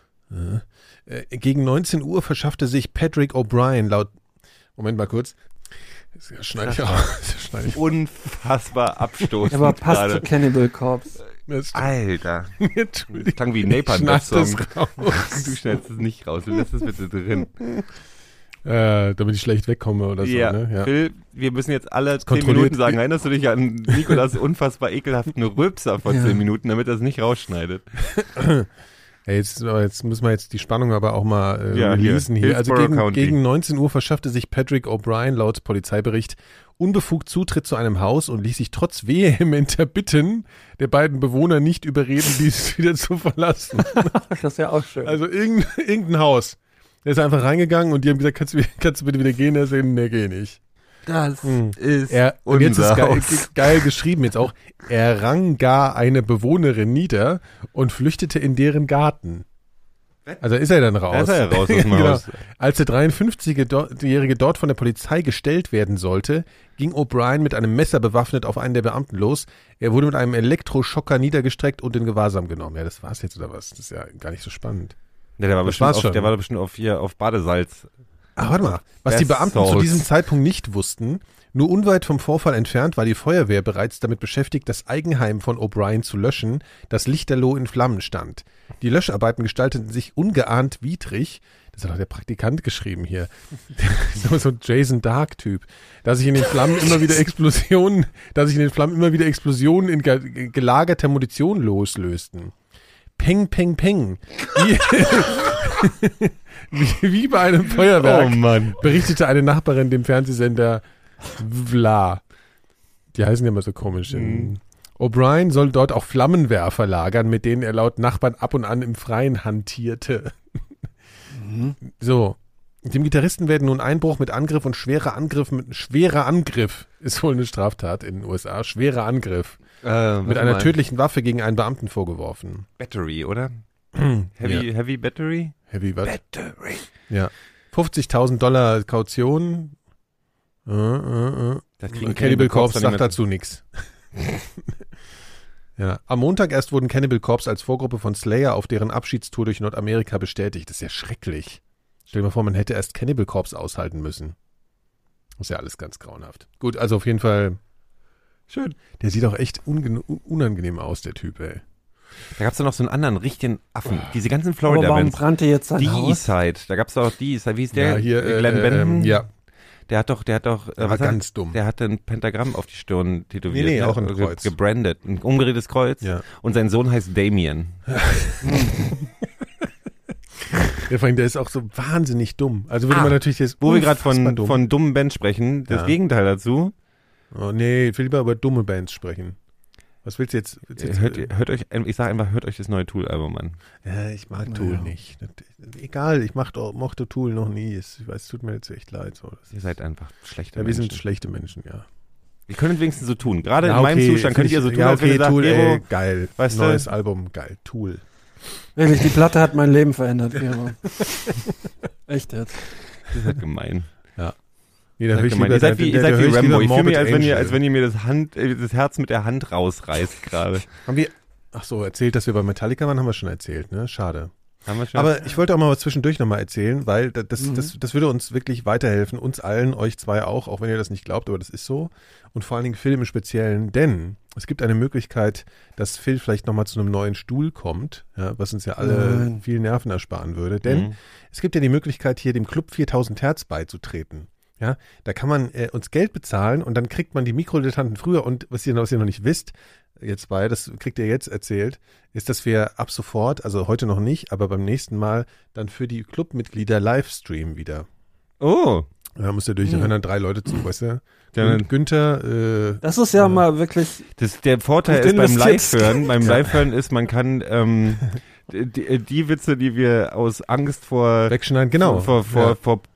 Gegen 19 Uhr verschaffte sich Patrick O'Brien laut... Moment mal kurz. Das schneide ich auch. Unfassbar abstoßend. Aber passt zu Cannibal Corpse. Alter. Das klang wie ein Napalm-Song. Du schneidest es nicht raus, du lässt es bitte drin. Damit ich schlecht wegkomme oder so. Ja, ne? Ja. Phil, wir müssen jetzt alle 10 Minuten sagen, erinnerst du dich an Nikolas unfassbar ekelhaften Rülpser vor 10 Minuten, damit er es nicht rausschneidet? Hey, jetzt müssen wir jetzt die Spannung aber auch mal releasen hier. Also gegen 19 Uhr verschaffte sich Patrick O'Brien laut Polizeibericht unbefugt Zutritt zu einem Haus und ließ sich trotz vehementer Bitten der beiden Bewohner nicht überreden, dieses wieder zu verlassen. Das ist ja auch schön. Also irgendein Haus. Der ist einfach reingegangen und die haben gesagt, kannst du bitte wieder gehen? Er sagt, nee, geh nicht. Das ist und jetzt ist Haus. geil geschrieben jetzt auch. Er rang gar eine Bewohnerin nieder und flüchtete in deren Garten. Also ist er dann raus. Da ist er raus aus dem genau. Haus. Als der 53-Jährige dort von der Polizei gestellt werden sollte, ging O'Brien mit einem Messer bewaffnet auf einen der Beamten los. Er wurde mit einem Elektroschocker niedergestreckt und in Gewahrsam genommen. Ja, das war's jetzt oder was? Das ist ja gar nicht so spannend. Ja, der war bestimmt auf Badesalz. warte mal. Was die Beamten zu diesem Zeitpunkt nicht wussten, nur unweit vom Vorfall entfernt war die Feuerwehr bereits damit beschäftigt, das Eigenheim von O'Brien zu löschen, das lichterloh in Flammen stand. Die Löscharbeiten gestalteten sich ungeahnt widrig. Das hat doch der Praktikant geschrieben hier. So ein Jason Dark-Typ. Da sich in den Flammen immer wieder Explosionen in gelagerter Munition loslösten. Peng, peng, peng. Wie bei einem Feuerwerk, berichtete eine Nachbarin dem Fernsehsender Vla. Die heißen ja immer so komisch. O'Brien soll dort auch Flammenwerfer lagern, mit denen er laut Nachbarn ab und an im Freien hantierte. So. Dem Gitarristen werden nun Einbruch mit Angriff und schwerer Angriff ist wohl eine Straftat in den USA. Schwerer Angriff. Mit einer tödlichen Waffe gegen einen Beamten vorgeworfen. Battery, oder? Heavy Battery? Heavy was? Battery. Ja. $50.000 Kaution. Cannibal Corpse sagt dazu nichts. Ja. Am Montag erst wurden Cannibal Corpse als Vorgruppe von Slayer auf deren Abschiedstour durch Nordamerika bestätigt. Das ist ja schrecklich. Stell dir mal vor, man hätte erst Cannibal Corpse aushalten müssen. Das ist ja alles ganz grauenhaft. Gut, also auf jeden Fall schön. Der sieht auch echt unangenehm aus, der Typ, ey. Da gab es doch noch so einen anderen richtigen Affen. Diese ganzen Aber warum Florida-Bands. brannte jetzt sein Haus? D-Side. Da gab es doch D-Side. Wie ist der? Ja, hier, Glenn Benton? ja. Der hat doch, war ganz dumm. Der hatte ein Pentagramm auf die Stirn tätowiert. Nee, auch ein Kreuz. Gebrandet. Ein umgedrehtes Kreuz. Ja. Und sein Sohn heißt Damien. Ja, vor allem, der ist auch so wahnsinnig dumm. Also würde man natürlich jetzt. Wo wir gerade von dummen Bands sprechen, das Gegenteil dazu. Oh nee, ich will lieber über dumme Bands sprechen. Was willst du jetzt? Hört euch, ich sage einfach, hört euch das neue Tool-Album an. Ja, ich mag Tool nicht. Egal, ich mochte Tool noch nie. Ich weiß, es tut mir jetzt echt leid. So. Ihr seid einfach schlechte Menschen. Menschen. Wir sind schlechte Menschen, ja. Wir können es wenigstens so tun. Gerade in meinem Zustand könnte ich ja so tun, als wenn ihr sagt, Tool, Gero, geil. weißt du? Neues Album, geil. Tool. Wirklich, die Platte hat mein Leben verändert, Gero. Echt jetzt. Das ist halt gemein. Ja. Nee, ihr seid wie Rambo. Ich fühle mich, als wenn ihr mir das Herz mit der Hand rausreißt gerade. Haben wir, ach so, erzählt, dass wir bei Metallica waren, haben wir schon erzählt, ne? Schade. Haben wir schon? Aber ich wollte auch mal zwischendurch nochmal erzählen, weil das würde uns wirklich weiterhelfen, uns allen, euch zwei auch wenn ihr das nicht glaubt, aber das ist so. Und vor allen Dingen Phil im Speziellen, denn es gibt eine Möglichkeit, dass Phil vielleicht nochmal zu einem neuen Stuhl kommt, ja, was uns ja alle viel Nerven ersparen würde. Denn es gibt ja die Möglichkeit, hier dem Club 4000 Hertz beizutreten. Ja, da kann man uns Geld bezahlen und dann kriegt man die Mikrodilettanten früher. Und was ihr noch nicht wisst, jetzt das kriegt ihr jetzt erzählt, ist, dass wir ab sofort, also heute noch nicht, aber beim nächsten Mal dann für die Clubmitglieder Livestream wieder. Oh. Da müsst ihr durch, da hören dann 3 Leute zu, weißt du? Günther. Das ist ja mal wirklich. Der Vorteil ist beim Live-Hören ist, man kann die Witze, die wir aus Angst vor wegschneiden, genau. vor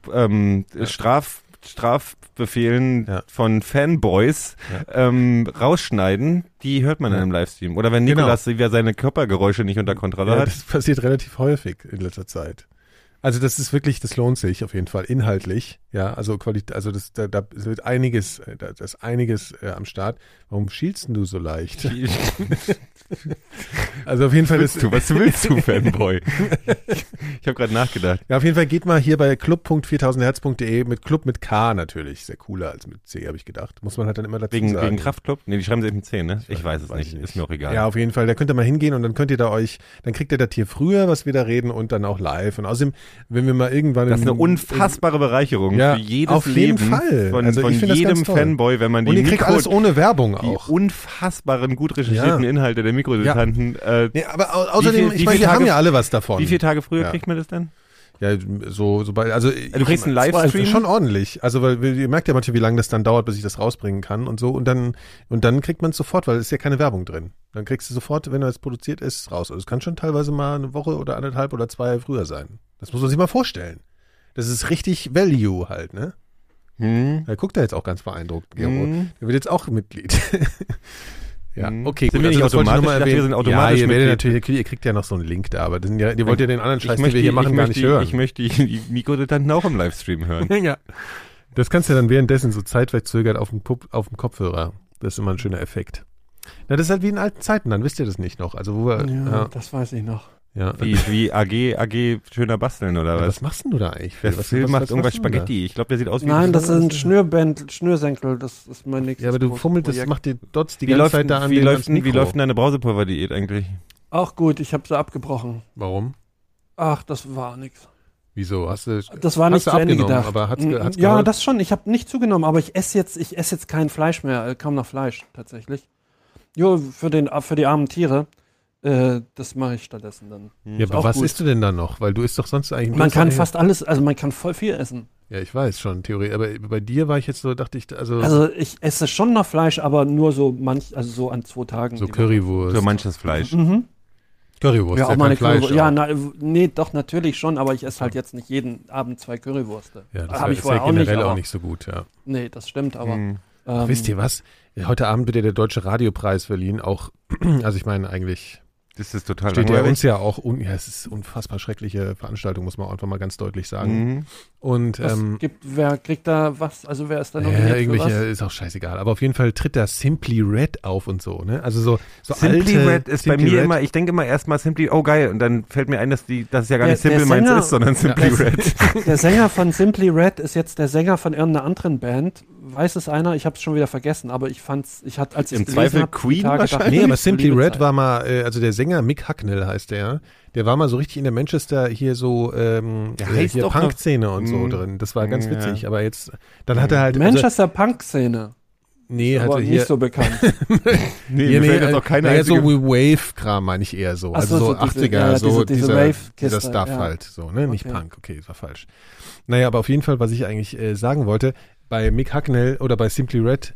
Strafbefehlen von Fanboys rausschneiden, die hört man dann im Livestream. Oder wenn Nikolas wieder seine Körpergeräusche nicht unter Kontrolle hat. Das passiert relativ häufig in letzter Zeit. Also das ist wirklich, das lohnt sich auf jeden Fall inhaltlich. Ja, also da wird einiges, da ist einiges am Start. Warum schielst denn du so leicht? Also auf jeden Fall was willst du, Fanboy? Ich habe gerade nachgedacht. Ja, auf jeden Fall geht mal hier bei club.4000herz.de mit Club mit K natürlich. Sehr cooler als mit C, habe ich gedacht. Muss man halt dann immer dazu sagen. Wegen Kraftclub? Nee, die schreiben sie mit C, ne? Ich weiß es nicht. Ist mir auch egal. Ja, auf jeden Fall. Da könnt ihr mal hingehen und dann könnt ihr dann kriegt ihr das hier früher, was wir da reden und dann auch live. Und außerdem, wenn wir mal irgendwann... Das ist eine unfassbare Bereicherung für jedes auf jeden Leben Fall. von Also ich jedem Fanboy, wenn man die und ihr kriegt alles ohne Werbung auch. Die unfassbaren, gut recherchierten Inhalte der Mikrodilettanten. Nee, aber außerdem, ich meine, wir haben ja alle was davon. Wie viele Tage früher kriegt man das dann? Ja, so bald, also du kriegst einen Livestream? Schon ordentlich. Also, weil ihr merkt ja manchmal, wie lange das dann dauert, bis ich das rausbringen kann und so. Und dann kriegt man es sofort, weil es ist ja keine Werbung drin. Dann kriegst du sofort, wenn es produziert ist, raus. Also es kann schon teilweise mal eine Woche oder 1,5 oder 2 früher sein. Das muss man sich mal vorstellen. Das ist richtig Value halt, ne? Da guckt er jetzt auch ganz beeindruckt, Gero. Der wird jetzt auch Mitglied. Ja, okay, sind wir nicht automatisch? Ich dachte, wir sind automatisch ihr kriegt ja noch so einen Link da, aber ihr wollt ja den anderen Scheiß, den wir hier machen, gar nicht hören. Ich möchte die Mikrodilettanten auch im Livestream hören. Ja. Das kannst du dann währenddessen so zeitverzögert auf dem Kopfhörer. Das ist immer ein schöner Effekt. Na, das ist halt wie in alten Zeiten, dann wisst ihr das nicht noch. Also wo wir, das weiß ich noch. Ja. Wie AG schöner basteln oder Was was? machst denn du da eigentlich? Der Phil macht irgendwas machst du denn da? Spaghetti. Ich glaube, der sieht aus wie... Nein, das sind Schnürsenkel, das ist mein nächstes Ja, aber du fummelst, das Projekt. macht dir Dots die Wie ganze läuft, Zeit da an wie, den läuft, ganzen wie Mikro. läuft denn deine Brausepulver-Diät eigentlich? Auch gut, ich habe sie abgebrochen. Warum? Ach, das war nix. Wieso? Hast du Das war nicht hast du zu Ende abgenommen, gedacht. aber hat's Ja, geholfen? das schon. Ich habe nicht zugenommen, aber ich esse jetzt kein Fleisch mehr, kaum noch Fleisch tatsächlich. Jo, für die armen Tiere. Das mache ich stattdessen dann. Ja, Ist aber auch was gut. isst du denn dann noch? Weil du isst doch sonst eigentlich... Man kann fast alles, also man kann voll viel essen. Ja, ich weiß schon, Theorie. Aber bei dir war ich jetzt so, dachte ich, Also ich esse schon noch Fleisch, aber nur so also so an 2 Tagen. so die Currywurst. Für manches Fleisch. Woche. Mhm. Currywurst, Ja, auch kein mal eine Fleisch. Currywurst. Ja, auch. nee, doch, natürlich schon, aber ich esse halt jetzt nicht jeden Abend 2 Currywürste. Ja, das Habe ich ist vorher ja auch nicht, generell aber, auch nicht so gut, ja. Nee, das stimmt, aber Hm. Wisst ihr was? Heute Abend wird ja der Deutsche Radiopreis verliehen, auch, also ich meine eigentlich Das ist total steht ja langweilig. uns ja auch, es ist unfassbar schreckliche Veranstaltung, muss man auch einfach mal ganz deutlich sagen. Mhm. Und wer kriegt da was? Also wer ist da ja, nominiert für irgendwelche, was? ist auch scheißegal. Aber auf jeden Fall tritt da Simply Red auf und so, ne? Also so Simply alte Red ist bei Simply mir Red. immer, ich denke immer erstmal Simply, oh geil, und dann fällt mir ein, dass es ja gar Der- nicht Simple der Minds Sänger- ist, sondern Simply der- Red. Der Sänger von Simply Red ist jetzt der Sänger von irgendeiner anderen Band. Weiß es einer? Ich habe es schon wieder vergessen, aber als ich Im es Zweifel gelesen habe, Queen wahrscheinlich? Nee, aber liebe Simply Red Zeit. war mal, also der Sänger Mick Hucknall heißt der war mal so richtig in der Manchester hier so heißt hier doch Punk-Szene und so Mhm. drin. Das war ganz Ja. witzig. Aber jetzt, dann hat er halt, Manchester Punk-Szene. nee, Aber hatte nicht hier, so bekannt. Nee, ja, mir fällt jetzt auch keine naja, so einzige... Wave-Kram meine ich eher so. Ach Also so, so so diese- 80er, ja, so diese dieser Wave-Kiste, Stuff ja. halt, so, ne? Nicht Okay. Punk, okay, das war falsch. Naja, aber auf jeden Fall, was ich eigentlich sagen wollte, bei Mick Hucknall oder bei Simply Red,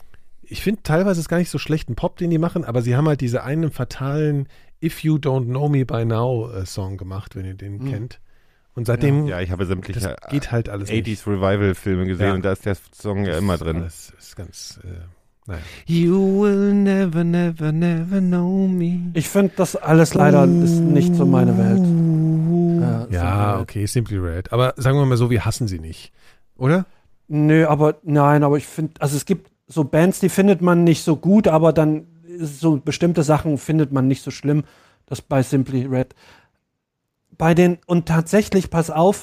ich finde teilweise ist gar nicht so schlecht ein Pop, den die machen, aber sie haben halt diese einen fatalen If You Don't Know Me By Now Song gemacht, wenn ihr den kennt. Und seitdem, Ja, ich habe sämtliche das geht halt alles nicht. 80s Revival-Filme gesehen Ja. und da ist der Song ja immer drin. Das ist ganz, naja. You will never, never, never know me. Ich finde, das alles leider ist nicht so meine Welt. Ja, Simply Red. okay, Simply Red. Aber sagen wir mal so, wir hassen sie nicht. Oder? Nö, aber ich finde, also es gibt so Bands, die findet man nicht so gut, aber dann ist so bestimmte Sachen findet man nicht so schlimm. Das bei Simply Red. Und tatsächlich, pass auf,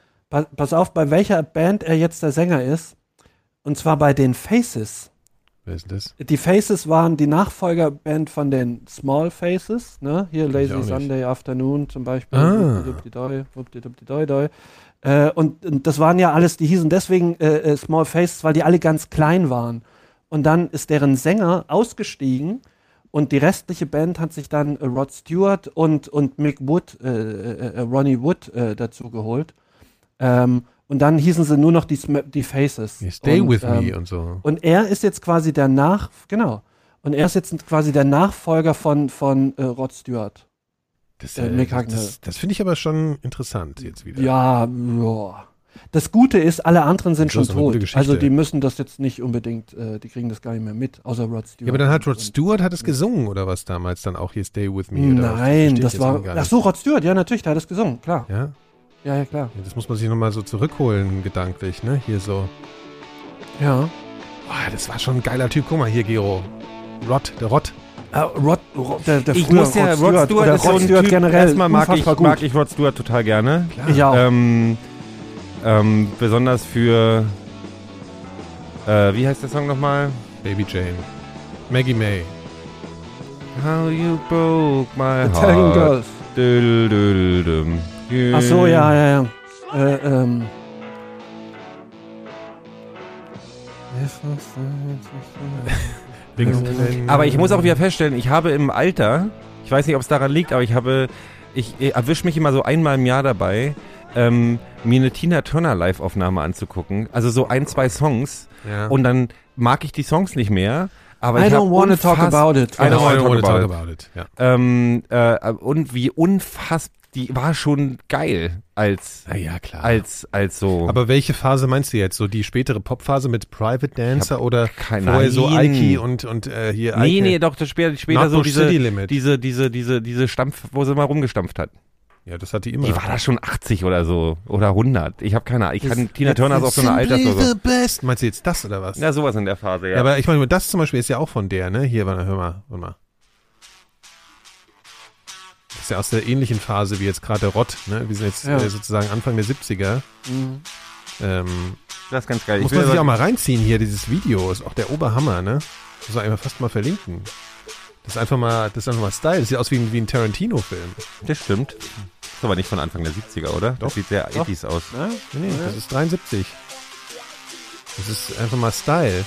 bei welcher Band er jetzt der Sänger ist. Und zwar bei den Faces. Wer ist denn das? Die Faces waren die Nachfolgerband von den Small Faces, ne? Hier ich Lazy auch nicht. Sunday Afternoon zum Beispiel. Ah. Wuppdiwuppdidoi. Und das waren ja alles, die hießen deswegen Small Faces, weil die alle ganz klein waren. Und dann ist deren Sänger ausgestiegen und die restliche Band hat sich dann Rod Stewart und Mick Wood, Ronnie Wood dazu geholt. Und dann hießen sie nur noch die Faces. Stay und, With Me und so. Und er ist jetzt quasi der Und er ist jetzt quasi der Nachfolger von Rod Stewart. Das, Mick Hucknall. das finde ich aber schon interessant jetzt wieder. Ja. Das Gute ist, alle anderen sind Das schon ist eine gute tot. Geschichte. Also die müssen das jetzt nicht unbedingt, die kriegen das gar nicht mehr mit, außer Rod Stewart. Ja, aber dann hat Rod Stewart hat es gesungen oder was damals dann auch hier Stay With Me? Oder was? Nein, verstehe ich das jetzt war. gar nicht. Ach so, Rod Stewart, ja, natürlich, der hat es gesungen, klar. Ja? Ja, klar. Ja, das muss man sich nochmal so zurückholen, gedanklich, ne? Hier so. Ja. Oh, das war schon ein geiler Typ. Guck mal hier, Gero. Der Rod. Der Ich früher muss ja, Rod Stewart oder ist so Rod ein Stewart Typ, generell erstmal mag unfassbar gut. ich Rod Stewart total gerne. Ich auch. Besonders für, wie heißt der Song nochmal? Baby Jane. Maggie May. How you broke my Italian heart. Girls. Düm. Ach so, ja. Aber ich muss auch wieder feststellen, ich habe im Alter, ich weiß nicht, ob es daran liegt, aber ich erwische mich immer so einmal im Jahr dabei, mir eine Tina Turner Live-Aufnahme anzugucken. Also so 1, 2 Songs. Ja. Und dann mag ich die Songs nicht mehr. Aber I ich don't wanna talk about it. I don't wanna wanna talk about it. Ja. Und wie unfassbar, die war schon geil als Ja, klar. als so. Aber welche Phase meinst du jetzt? So die spätere Popphase mit Private Dancer oder keine vorher so Nein. Ike und hier nee, Ike? nee, doch, das später so Nordbush City Limit. diese Stampf, wo sie mal rumgestampft hat. Ja, das hat die immer. Die war da schon 80 oder so oder 100. Ich habe keine Ahnung. Tina Turner ist auch so eine Simply Alters the best. Meinst du jetzt das oder was? Ja, sowas in der Phase, ja. Ja, aber ich meine, das zum Beispiel ist ja auch von der, ne? Hier, hör mal. Das ist ja aus der ähnlichen Phase wie jetzt gerade Rott, ne? Wir sind jetzt sozusagen Anfang der 70er. Mhm. Das ist ganz geil. Muss man sich auch mal reinziehen hier, dieses Video. Ist auch der Oberhammer, ne? Muss man einfach fast mal verlinken. Das ist einfach mal Style. Das sieht aus wie ein Tarantino-Film. Das stimmt. Ist aber nicht von Anfang der 70er, oder? Doch. Das sieht sehr 80s aus. Ja? Nee, das ist 73. Das ist einfach mal Style.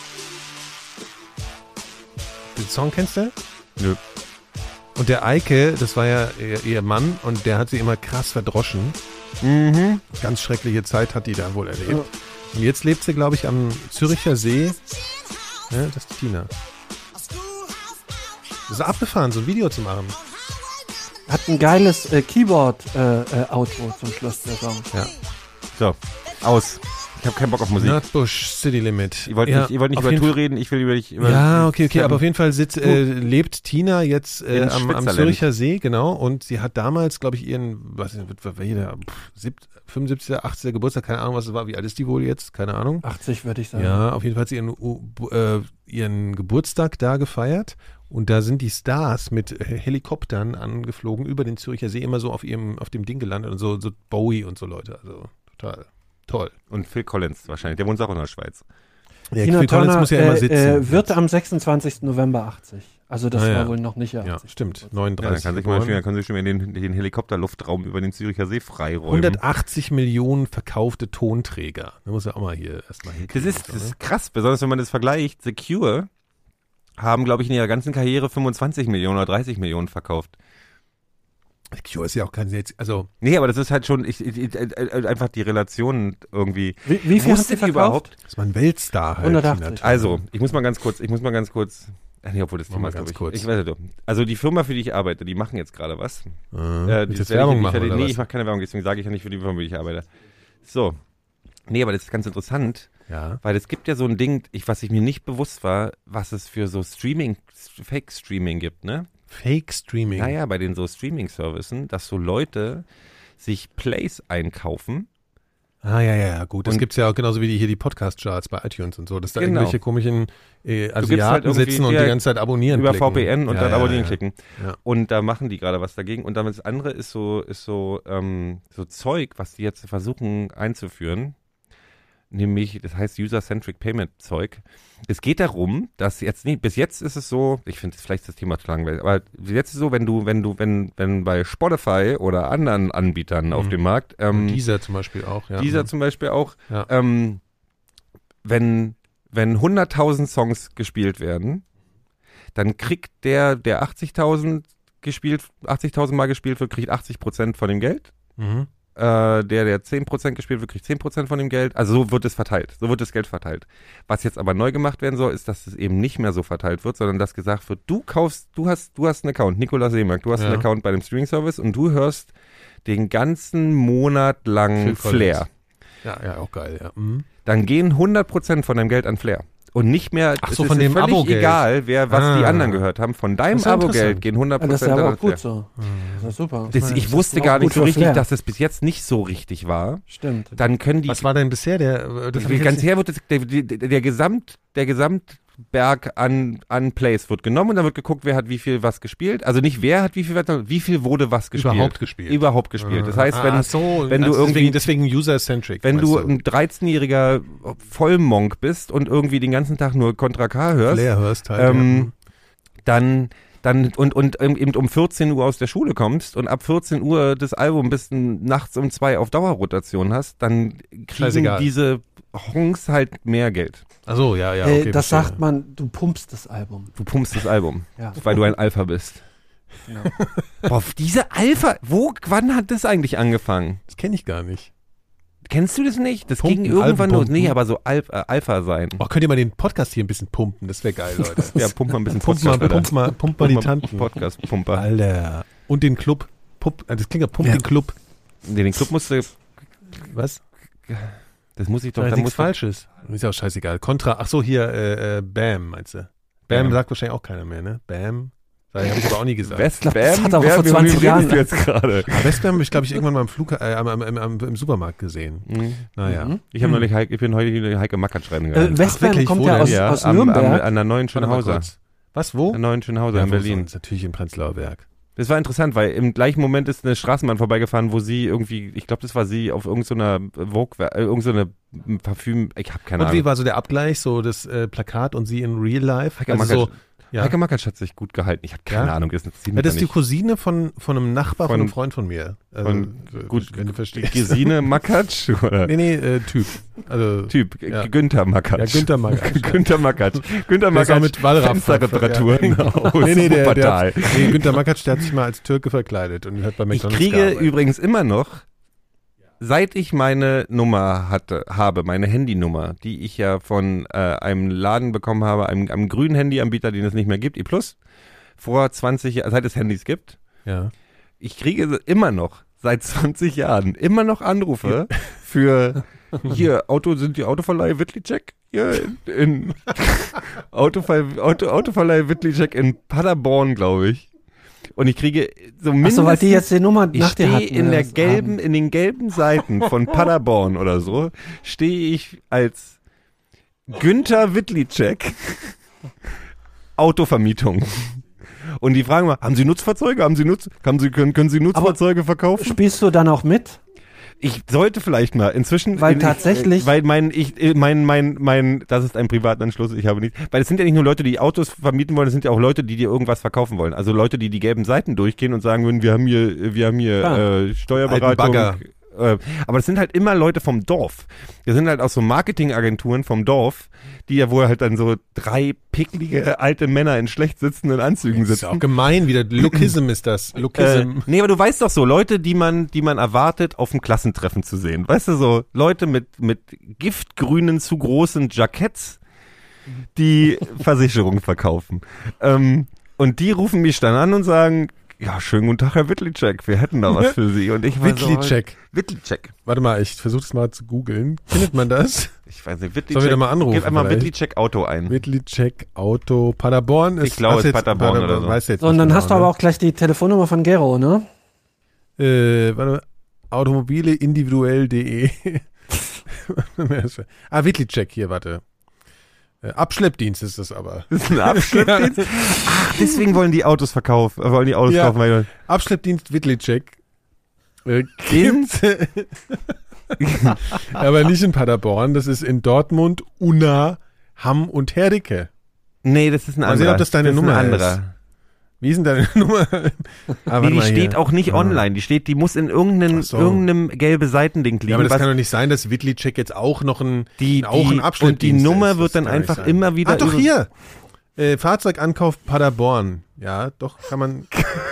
Den Song kennst du? Nö. Und der Eike, das war ja ihr Mann und der hat sie immer krass verdroschen. Mhm. Ganz schreckliche Zeit hat die da wohl erlebt. Und jetzt lebt sie, glaube ich, am Züricher See. Ja, das ist Tina. Das ist abgefahren, so ein Video zu machen. Hat ein geiles Keyboard-Outro zum Schluss der Song. Ja. So, aus. Ich habe keinen Bock auf Musik. Nutbush City Limit. Ihr wollt nicht über Tour reden, ich will über dich. Ja, okay, aber auf jeden Fall lebt Tina jetzt am Züricher See, genau, und sie hat damals, glaube ich, ihren, 75., 80. Geburtstag, keine Ahnung, was es war, wie alt ist die wohl jetzt, keine Ahnung. 80 würde ich sagen. Ja, auf jeden Fall hat sie ihren Geburtstag da gefeiert und da sind die Stars mit Helikoptern angeflogen über den Züricher See, immer so auf dem Ding gelandet und so Bowie und so Leute, also total toll. Und Phil Collins wahrscheinlich, der wohnt auch in der Schweiz. Ja, Tina Phil Collins Turner muss ja immer sitzen. wird am 26. November 80. Also das war wohl noch nicht 80. Ja, stimmt. Ja, 39. dann kann sich schon mal den Helikopterluftraum über den Züricher See freiräumen. 180 Millionen verkaufte Tonträger. Da muss ja auch mal hier erstmal hinkriegen. Das ist krass, besonders wenn man das vergleicht. The Cure haben, glaube ich, in ihrer ganzen Karriere 25 Millionen oder 30 Millionen verkauft. The Cure ist ja auch kein also Nee, aber das ist halt schon einfach die Relation irgendwie. Wie viel hast du verkauft? Das war ein Weltstar halt. 180. Also, ich muss mal ganz kurz. Nee, obwohl das Thema ist, glaube ich. kurz. Ich weiß nicht. Also die Firma, für die ich arbeite, die machen jetzt gerade was. Willst du jetzt Werbung machen oder was? Ich mache keine Werbung, deswegen sage ich ja nicht, für die Firma, für die ich arbeite. So. Nee, aber das ist ganz interessant, weil es gibt ja so ein Ding, was ich mir nicht bewusst war, was es für so Fake-Streaming gibt, ne? Fake-Streaming? Naja, bei den so Streaming-Servicen, dass so Leute sich Plays einkaufen. Ja, gut. Das gibt's ja auch genauso wie die Podcast-Charts bei iTunes und so, dass da irgendwelche komischen Asiaten halt sitzen und die ganze Zeit abonnieren über klicken. VPN und dann abonnieren klicken. Ja. Und da machen die gerade was dagegen. Und dann das andere ist so Zeug, was die jetzt versuchen einzuführen. Nämlich, das heißt User-Centric Payment Zeug. Es geht darum, dass bis jetzt ist es so, ich finde vielleicht das Thema zu langweilig, aber jetzt ist es so, wenn bei Spotify oder anderen Anbietern auf dem Markt, Deezer zum Beispiel auch, wenn 100.000 Songs gespielt werden, dann kriegt der 80.000 Mal gespielt wird, kriegt 80% von dem Geld. Mhm. Der 10% gespielt wird, kriegt 10% von dem Geld. Also so wird es verteilt. So wird das Geld verteilt. Was jetzt aber neu gemacht werden soll, ist, dass es eben nicht mehr so verteilt wird, sondern dass gesagt wird, du hast einen Account, Nikolaus Seemark, du hast einen Account bei dem Streaming-Service und du hörst den ganzen Monat lang Flair. Ja, auch geil, ja. Mhm. Dann gehen 100% von deinem Geld an Flair. Und nicht mehr, es ist dem völlig Abogeld. Egal, was die anderen gehört haben. Von deinem Abogeld gehen 100% Das ist aber auch gut Flair. so. Das ist super. Ich wusste gar nicht so richtig, dass das bis jetzt nicht so richtig war. Stimmt. Dann können die. Was war denn bisher ganz her wird der Gesamtberg an Plays wird genommen und dann wird geguckt, wer hat wie viel was gespielt. Also nicht wer hat wie viel wurde was gespielt. Überhaupt gespielt. Das heißt, wenn du irgendwie deswegen User-Centric. Wenn du ein 13-jähriger Vollmonk bist und irgendwie den ganzen Tag nur Contra K hörst, Flair hörst halt, dann eben um 14 Uhr aus der Schule kommst und ab 14 Uhr das Album bis nachts um 2 auf Dauerrotation hast, dann kriegen diese Honks halt mehr Geld. Ach so, ja, okay. Das sagt man, du pumpst das Album. Du pumpst das Album, ja. Weil du ein Alpha bist. Genau. Boah, diese Alpha, wann hat das eigentlich angefangen? Das kenne ich gar nicht. Kennst du das nicht? Das Pumpen, ging irgendwann los. Alben Nee, aber so Alpha sein. Oh, könnt ihr mal den Podcast hier ein bisschen pumpen? Das wäre geil, Leute. Ja, pump mal ein bisschen pump mal die Tanten. Podcast-Pumper. Alter. Und den Club. Das klingt ja den Club. Nee, den Club musst du... Was? Das muss ich doch... Da nichts Falsches. Ist ja auch scheißegal. Ach so, hier, Bam, meinst du? Bam sagt wahrscheinlich auch keiner mehr, ne? Bam. Habe ich aber auch nie gesagt. Westbam? Das hat aber vor 20 Jahren. Jetzt gerade. Westbam habe ich, glaube ich, irgendwann mal im Supermarkt gesehen. Mhm. Naja. Ich bin heute Heike Mackert schreiben gegangen. Westbam kommt ja aus Nürnberg. An der neuen Schönhauser. Was, wo? An der neuen Schönhauser in Berlin. Das ist natürlich im Prenzlauer Berg. Das war interessant, weil im gleichen Moment ist eine Straßenbahn vorbeigefahren, wo sie irgendwie, ich glaube, das war sie auf irgendeiner Vogue, irgendeine Parfüm, ich habe keine Und Ahnung. wie war so der Abgleich, so das Plakat und sie in Real Life? Heike Makatsch, ja. Heike Makatsch hat sich gut gehalten. Ich habe keine Ahnung. Das ist die Cousine von einem Nachbar, von einem Freund von mir. Also, gut, wenn du verstehst. Gesine Makatsch? Oder? Nee, Typ. Also, Typ, Günther Makatsch. Ja, Günther Makatsch. Günther Makatsch. Günther Der ist auch Makatsch, mit Wallraff. Fensterreparaturen aus Wuppertal. Günther Makatsch, der hat sich mal als Türke verkleidet und hat bei Ich McDonald's kriege gearbeitet. übrigens immer noch, seit ich meine Nummer habe, meine Handynummer, die ich ja von einem Laden bekommen habe, einem grünen Handyanbieter, den es nicht mehr gibt, ePlus, vor 20 Jahren, seit es Handys gibt. Ja. Ich kriege immer noch, seit 20 Jahren, immer noch Anrufe für, hier, sind die Autoverleihe Wittlicek? Hier in Autoverleihe Wittlicek in Paderborn, glaube ich. Und ich kriege so mindestens... Achso, weil die jetzt die Nummer Ich nach dir hatten. stehe in den gelben Seiten von Paderborn oder so, stehe ich als Günther Wittlicek Autovermietung. Und die fragen mal, haben Sie Nutzfahrzeuge? Können Sie Nutzfahrzeuge verkaufen? Spielst du dann auch mit? Ich sollte vielleicht mal inzwischen, Weil tatsächlich- weil das ist ein Privatanschluss, ich habe nicht, weil es sind ja nicht nur Leute, die Autos vermieten wollen, es sind ja auch Leute, die dir irgendwas verkaufen wollen. Also Leute, die gelben Seiten durchgehen und sagen würden, wir haben hier Steuerberatung. Alten Bagger. Aber das sind halt immer Leute vom Dorf. Das sind halt auch so Marketingagenturen vom Dorf, die ja wohl halt dann so 3 picklige alte Männer in schlecht sitzenden Anzügen Das ist sitzen. auch gemein wieder. Lookism ist das. Lookism. Nee, aber du weißt doch so, Leute, die man erwartet, auf dem Klassentreffen zu sehen. Weißt du, so Leute mit giftgrünen, zu großen Jacketts, die Versicherungen verkaufen. Und die rufen mich dann an und sagen, ja, schönen guten Tag, Herr Wittlicek, wir hätten da was für Sie. Und ich war Wittlicek. Wittlicek. Warte mal, ich versuche es mal zu googeln. Findet man das? Ich weiß nicht, Wittlicek. Sollen wir da mal anrufen? Gib einmal vielleicht? Wittlicek Auto ein. Wittlicek Auto Paderborn ist. Ich glaube, hast es ist jetzt- Paderborn oder so. Weiß jetzt So, und nicht dann genau, hast du aber auch gleich die Telefonnummer von Gero, ne? Warte mal. Automobileindividuell.de. Wittlicek hier, warte. Abschleppdienst ist das aber. Das ist ein Abschleppdienst? Ach, deswegen wollen die Autos kaufen, Ja. weil Abschleppdienst Wittlicek. in, Gibt's. Aber nicht in Paderborn, das ist in Dortmund, Unna, Hamm und Herdecke. nee, das ist ein Mal anderer. sehen, ob das deine Nummer ein ist. anderer. Wie ist denn deine Nummer? Nee, die steht auch nicht online. Die muss in irgendeinem gelbe Seitending liegen. Ja, aber das was kann doch nicht sein, dass Wittlicek jetzt auch noch ein Abschleppdienst und die Nummer ist. wird dann Das kann einfach nicht sein. immer wieder doch hier. Fahrzeugankauf Paderborn. Ja, doch, kann man.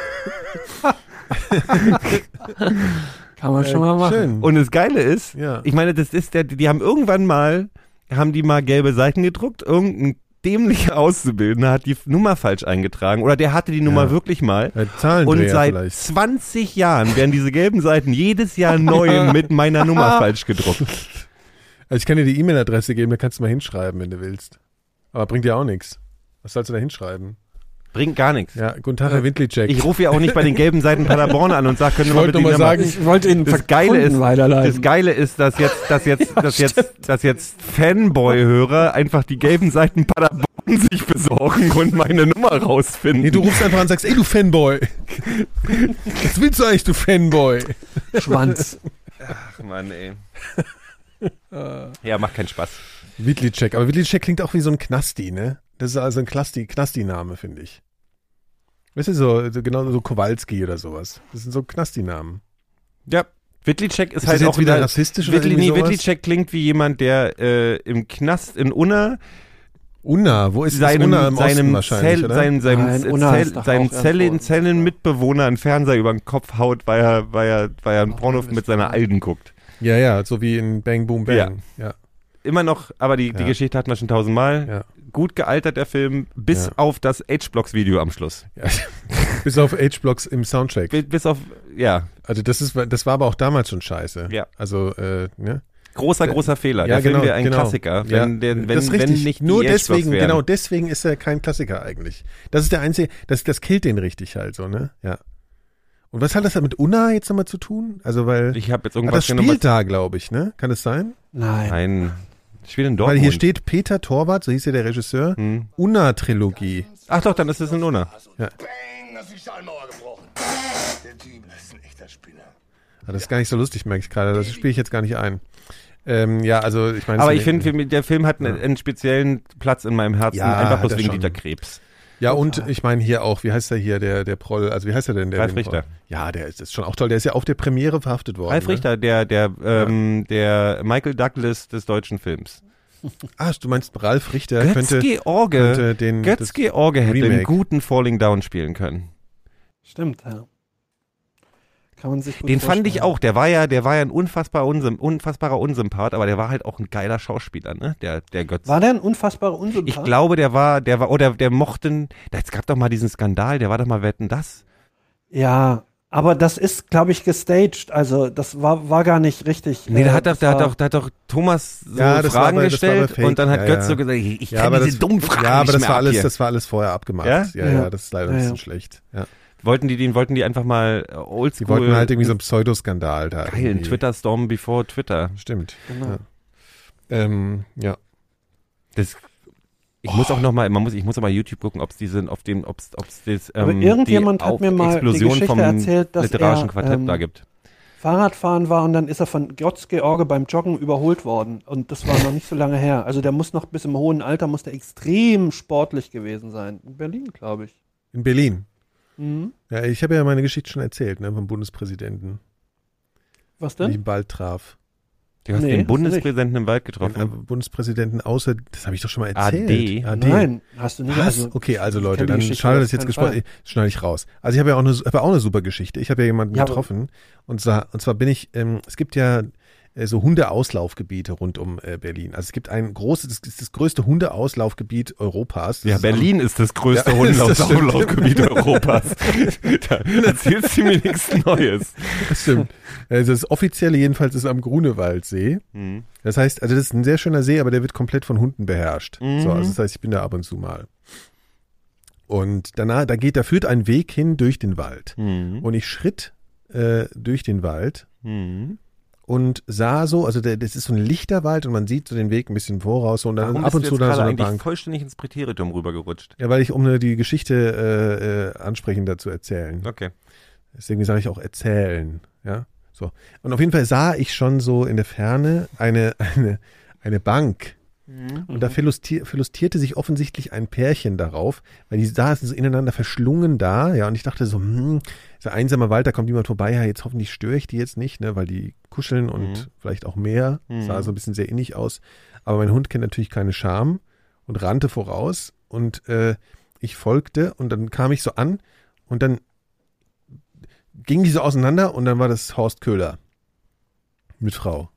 Kann man schon mal machen. Schön. Und das Geile ist, Ja. ich meine, das ist die haben irgendwann mal gelbe Seiten gedruckt, irgendein dämlicher Auszubildender hat die Nummer falsch eingetragen oder der hatte die Nummer wirklich mal. Und seit 20 Jahren werden diese gelben Seiten jedes Jahr neu mit meiner Nummer falsch gedruckt. Also ich kann dir die E-Mail-Adresse geben, da kannst du mal hinschreiben, wenn du willst. Aber bringt dir auch nichts. Was sollst du da hinschreiben? Bringt gar nichts. Ja, guten Tag, Herr Wittlicek. Ich rufe ja auch nicht bei den gelben Seiten Paderborn an und sage, können wir mal bitte wollte die nur mal Nummer- sagen, Ich wollte ihn Das Geile ist, weiterleiten. das Geile ist, dass jetzt Fanboy-Hörer einfach die gelben Seiten Paderborn sich besorgen und meine Nummer rausfinden. Nee, du rufst einfach an und sagst, ey, du Fanboy. Was willst du eigentlich, du Fanboy? Schwanz. Ach Mann, ey. Ja, macht keinen Spaß. Wittlicek. Aber Wittlicek klingt auch wie so ein Knasti, ne? Das ist also ein Knasti-Name, finde ich. Weißt du, so genau so Kowalski oder sowas. Das sind so Knasti-Namen. Ja, Wittlicek ist Ist halt das auch jetzt wieder wieder rassistisch oder irgendwie sowas? Wittlicek klingt wie jemand, der im Knast in Unna Unna, wo ist das Unna im Osten wahrscheinlich, oder? Nein, Unna ist doch seinen auch irgendwo. Zellenmitbewohner einen Fernseher über den Kopf haut, weil er einen Porno mit seiner Alten guckt. Ja, ja, so wie in Bang Boom Bang. Ja. Immer noch, aber die Ja. Geschichte hatten wir schon 1000-mal. Ja. Gut gealtert, der Film, bis Ja. auf das H-Blocks-Video am Schluss. Ja. Bis auf H-Blocks im Soundtrack. Bis auf, ja, Also das war aber auch damals schon scheiße. Ja. Also, ne? großer Fehler. Ja, Der Film genau, wäre ein genau. Klassiker, Ja, wenn das ist wenn richtig. nicht Nur die H-Blocks deswegen, wären. genau deswegen ist er kein Klassiker eigentlich. Das ist der einzige, das killt den richtig halt so, ne? Ja. Und was hat das mit Unna jetzt nochmal zu tun? Also, weil, Ich habe jetzt das irgendwas spielt da, glaube ich, ne? Kann das sein? Nein. Nein, ich spiele in Weil Dortmund. hier steht Peter Torwart, so hieß ja der Regisseur, Unna-Trilogie. Ach doch, dann ist es in Unna. Ja. Bang, das ist die Schallmauer gebrochen. gesprochen. Der Typ ist ein echter Spinner. Das ist gar nicht so lustig, merke ich gerade. Das spiele ich jetzt gar nicht ein. Ja, also ich meine... Aber ich finde, der Film hat einen speziellen Platz in meinem Herzen, Ja, einfach bloß hat er wegen schon. Dieter Krebs. Ja, und ich meine hier auch, wie heißt der hier, der Proll, also wie heißt er denn? Der Ralf Richter. Ja, der ist schon auch toll. Der ist ja auf der Premiere verhaftet worden. Ralf Richter, der Michael Douglas des deutschen Films. Ah, du meinst Ralf Richter Götz George das hätte einen Remake. guten Falling Down spielen können. Stimmt, ja. Kann man sich gut Den fand ich vorstellen. auch, der war ja ein unfassbarer Unsympath, aber der war halt auch ein geiler Schauspieler, ne? Der Götz. War der ein unfassbarer Unsympath? Ich glaube, der mochte, es gab doch mal diesen Skandal, der war doch mal Wetten, das? Ja, aber das ist, glaube ich, gestaged. Also das war gar nicht richtig. Nee, da hat das doch Thomas so Ja, das war Fragen aber- das war aber gestellt fake. und dann hat Ja, Götz ja. so gesagt, ich Ja, kann aber diese dummen Fragen ja, aber nicht das mehr war ab alles, hier. das war alles vorher abgemacht. Ja? Ja, das ist leider ein Ja, bisschen ja. schlecht. Ja. Wollten die einfach mal oldschool. Die wollten halt irgendwie so einen Pseudoskandal da. geil, ein irgendwie. Twitter-Storm before Twitter. Stimmt. Genau. Ja. Ich muss auch noch mal, ich muss auch mal YouTube gucken, ob es das, Aber irgendjemand hat mir mal die Explosion Geschichte vom erzählt, dass literarischen er, Quartett da gibt. Fahrradfahren war und dann ist er von Götz George beim Joggen überholt worden. Und das war noch nicht so lange her. Also der muss noch bis im hohen Alter, muss der extrem sportlich gewesen sein. In Berlin, glaube ich. In Berlin. Mhm. Ja, ich habe ja meine Geschichte schon erzählt, ne, vom Bundespräsidenten, Was den ich denn? im Wald traf. Du hast Nee, den hast du Bundespräsidenten im Wald Den getroffen. Bundespräsidenten außer, das habe ich doch schon mal erzählt. AD? Nein, hast du nicht. Was? Okay, also ich Leute, kenn die dann Geschichte schade, auf dass jetzt keinen gesprochen, Fall. schneide ich raus. Also ich habe ja auch eine super Geschichte. Ich habe ja jemanden Ja, aber- getroffen und zwar bin ich, es gibt ja so Hundeauslaufgebiete rund um Berlin. Also es gibt das ist das größte Hundeauslaufgebiet Europas. Das Ja, ist Berlin ist das größte Ja, das stimmt. Hundeauslaufgebiet Europas. Da erzählst du mir nichts Neues. Das stimmt. Also das offizielle jedenfalls ist am Grunewaldsee. Mhm. Das heißt, also das ist ein sehr schöner See, aber der wird komplett von Hunden beherrscht. Mhm. So, also das heißt, ich bin da ab und zu mal. Und danach, da führt ein Weg hin durch den Wald. Mhm. Und ich schritt durch den Wald Mhm. und sah so, also das ist so ein lichter Wald und man sieht so den Weg ein bisschen voraus so, und dann Warum ab bist und du zu jetzt da so gerade eine eigentlich Bank. vollständig ins Präteritum rübergerutscht? Ja, weil ich, um die Geschichte ansprechender zu erzählen. Okay. Deswegen sage ich auch erzählen, ja. So. Und auf jeden Fall sah ich schon so in der Ferne eine Bank. Und da verlustierte sich offensichtlich ein Pärchen darauf, weil die saßen so ineinander verschlungen da, ja, und ich dachte so, dieser einsame Wald, da kommt niemand vorbei, ja, jetzt hoffentlich störe ich die jetzt nicht, ne, weil die kuscheln und vielleicht auch mehr, sah so ein bisschen sehr innig aus, aber mein Hund kennt natürlich keine Scham und rannte voraus und ich folgte und dann kam ich so an und dann gingen die so auseinander und dann war das Horst Köhler mit Frau.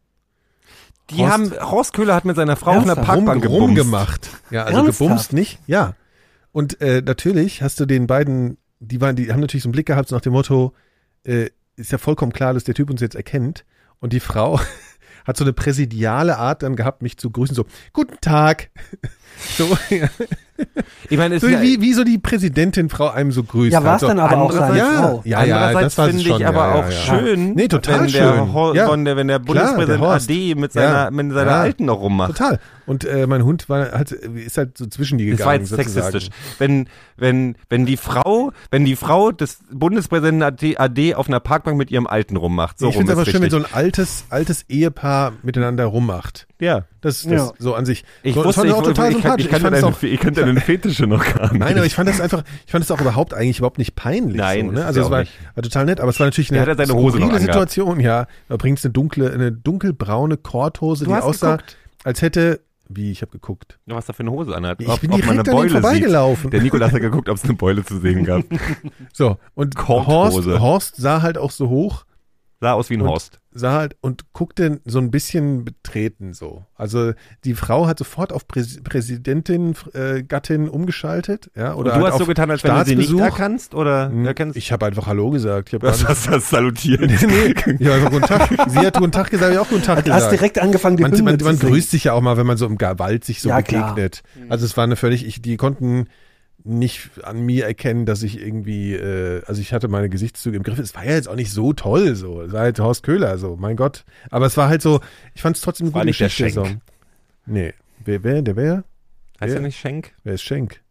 Horst Köhler hat mit seiner Frau auf einer Ernsthaft? Parkbank gebumst. Rumgemacht. Ja, also Ernsthaft? gebumst nicht, ja. Und natürlich hast du den beiden, die haben natürlich so einen Blick gehabt, so nach dem Motto, ist ja vollkommen klar, dass der Typ uns jetzt erkennt. Und die Frau hat so eine präsidiale Art dann gehabt, mich zu grüßen, so, guten Tag. So, ja. Ich meine, es So ist ja, wie so die Präsidentin Frau einem so grüßt. Ja, war halt es so. dann aber auch seine ja, Frau? ja, andererseits das war es finde schon, ich aber ja, auch ja. schön, Nee, total wenn schön. Ja. wenn der Klar, Bundespräsident der Horst. AD mit Ja. seiner Ja. Alten noch rummacht. Total. Und mein Hund ist halt so zwischen die Das war gegangen. jetzt sozusagen. sexistisch. Wenn die Frau des Bundespräsidenten AD auf einer Parkbank mit ihrem Alten rummacht. So Ich rum finde es ist aber schön, wenn richtig. so ein altes Ehepaar miteinander rummacht. Ja. Das Ja. so an sich. Ich so, das wusste, fand ich auch total sympathisch. ich kannte deine Fetische noch gar nicht. Nein, aber ich fand das auch überhaupt nicht peinlich. Nein, so, das ne? ist Also ja es auch war, nicht. war total nett, aber es war natürlich Der eine hat ja seine Hose noch skurrile angehabt. Situation. Ja, da bringst du eine dunkelbraune Korthose, Du die hast aussah, geguckt? als hätte, ich habe geguckt. Was da für eine Hose anhat. Ich bin direkt an ihm vorbeigelaufen. Der Nikolas hat geguckt, ob es eine Beule zu sehen gab. So, und Korthose. Horst sah halt auch so hoch, Sah aus wie ein Und- Horst. und guckte so ein bisschen betreten so. Also die Frau hat sofort auf Präsidentin, Gattin umgeschaltet, ja, oder Und du halt hast so auf getan, als wenn du sie nicht Staatsbesuch. erkennst oder erkennst? Ich habe einfach Hallo gesagt. Ich habe Was hast du salutiert? nee, ich habe einfach Guten Tag. Sie hat Guten Tag gesagt, ich habe auch Guten Tag Du hast gesagt. direkt angefangen, die Hymne Man zu singen. grüßt sich ja auch mal, wenn man so im Wald sich so Ja, klar. begegnet. Also es war eine die konnten nicht an mir erkennen, dass ich irgendwie, also ich hatte meine Gesichtszüge im Griff. Es war ja jetzt auch nicht so toll so. Es war halt Horst Köhler so, mein Gott. Aber es war halt so, ich fand es trotzdem eine War gute nicht der Geschichte. So. Schenk. Nee. Wer? Heißt Ja. er nicht Schenk? Wer ist Schenk?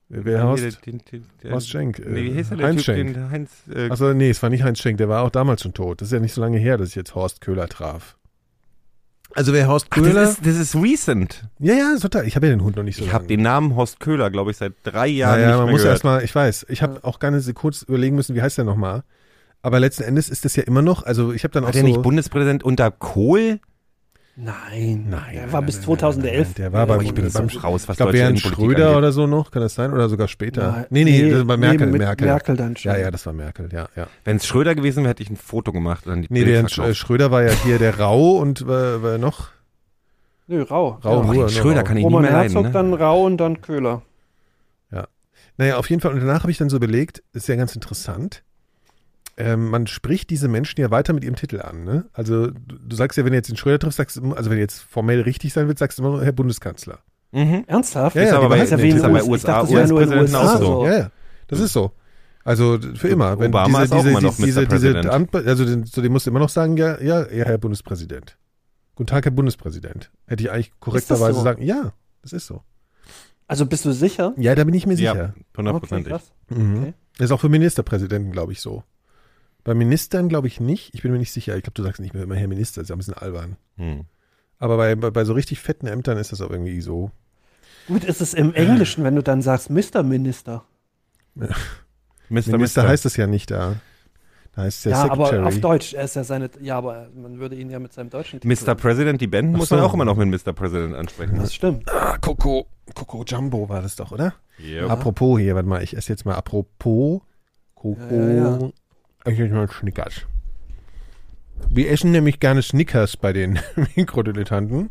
Wer Horst? Horst Schenk. Nee, wie heißt der Heinz Typ, Schenk. den Heinz, Achso, nee, es war nicht Heinz Schenk, der war auch damals schon tot. Das ist ja nicht so lange her, dass ich jetzt Horst Köhler traf. Also wer Horst Köhler... das ist recent. Ja, total. Ich habe ja den Hund noch nicht so Ich lange. habe den Namen Horst Köhler, glaube ich, seit 3 Jahren nicht man mehr muss gehört. erstmal, ich weiß, ich habe auch gar nicht kurz überlegen müssen, wie heißt der nochmal. Aber letzten Endes ist das ja immer noch, also ich habe dann War auch der so... nicht Bundespräsident unter Kohl? Nein, Nein, der nein, war nein, bis nein, 2011. Der war beim, Ich bin beim so raus, was ich glaube, deutsche während Innenpolitik Schröder angeht. oder so noch, kann das sein? Oder sogar später? Nein, Nee, das war Merkel. mit Merkel. Merkel dann schon. Ja, das war Merkel, ja. Wenn es Schröder gewesen wäre, hätte ich ein Foto gemacht und dann die Nee, Bild während verkauft. Schröder war ja hier der Rau und war noch Nö, Rau. Rau. Oh, nur, den nur Schröder Rau. kann ich nie Roman mehr Herzog, leiden. Ne? dann Rau und dann Köhler. Naja, auf jeden Fall. Und danach habe ich dann so überlegt, ist ja ganz interessant. Man spricht diese Menschen ja weiter mit ihrem Titel an. Ne? Also du sagst ja, wenn du jetzt den Schröder triffst, sagst du immer, also wenn du jetzt formell richtig sein willst, sagst du immer nur Herr Bundeskanzler. Mhm. Ernsthaft? Ja, ja, aber die bei, weiß ja, das wie ist in aber den bei Ich dachte, USA, das wäre nur in den US-Präsidenten USA auch so. so. Ja, das ist so. Also für immer. Wenn Obama ist auch immer noch Mr. President. Zu dem musst du immer noch sagen, ja, Herr Bundespräsident. Guten Tag, Herr Bundespräsident. Hätte ich eigentlich korrekterweise so? sagen, ja, das ist so. Also bist du sicher? Ja, da bin ich mir Ja, sicher. 100%. krass. Mhm. Okay. Das ist auch für Ministerpräsidenten, glaube ich, so. Bei Ministern glaube ich nicht. Ich bin mir nicht sicher. Ich glaube, du sagst nicht mehr immer Herr Minister. Das ist ja ein bisschen albern. Aber bei so richtig fetten Ämtern ist das auch irgendwie so. Gut, ist es im Englischen, wenn du dann sagst Mr. Minister. Minister heißt es ja nicht da. Da heißt es ja, Ja, Secretary. aber auf Deutsch. Er ist ja seine. Ja, aber man würde ihn ja mit seinem deutschen Titel. Mr. President, die Band muss man so. auch immer noch mit Mr. President ansprechen. Das stimmt. Coco Jumbo war das doch, oder? Yep. Apropos hier, warte mal, ich esse jetzt mal apropos Coco. Ja. Ich esse mal Snickers. Wir essen nämlich gerne Snickers bei den Mikrodilettanten.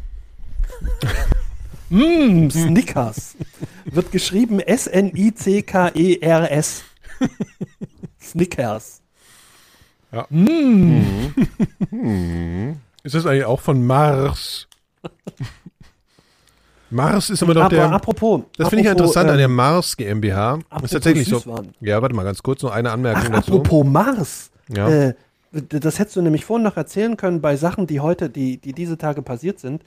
Snickers. Wird geschrieben S-N-I-C-K-E-R-S. Snickers. Ja. Ist das eigentlich auch von Mars? Mars ist immer doch Aber der... apropos. Das finde ich ja interessant an der ähm, Mars GmbH. apropos Ist tatsächlich so. Süßwaren. Ja, warte mal ganz kurz, noch eine Anmerkung Ach, dazu. apropos Mars. Ja. Das hättest du nämlich vorhin noch erzählen können bei Sachen, die heute, die diese Tage passiert sind.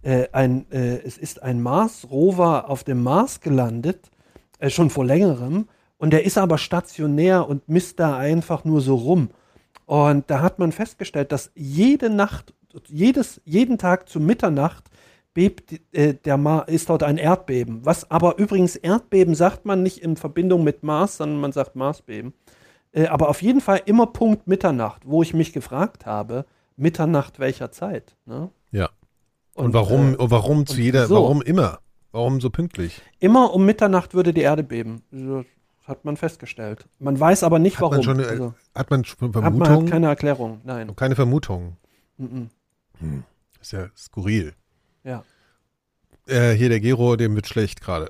Es ist ein Mars-Rover auf dem Mars gelandet, schon vor längerem. Und der ist aber stationär und misst da einfach nur so rum. Und da hat man festgestellt, dass jede Nacht, jeden Tag zu Mitternacht bebt ist dort ein Erdbeben. Was aber übrigens Erdbeben sagt man nicht in Verbindung mit Mars, sondern man sagt Marsbeben. Aber auf jeden Fall immer Punkt Mitternacht, wo ich mich gefragt habe, Mitternacht welcher Zeit? Ne? Ja. Und warum zu jeder, so. warum immer? Warum so pünktlich? Immer um Mitternacht würde die Erde beben. Das hat man festgestellt. Man weiß aber nicht, warum. Hat man schon hat man Vermutungen? keine Erklärung, nein. Keine Vermutungen. Mhm. Ist ja skurril. Ja. Hier der Gero, dem wird schlecht gerade.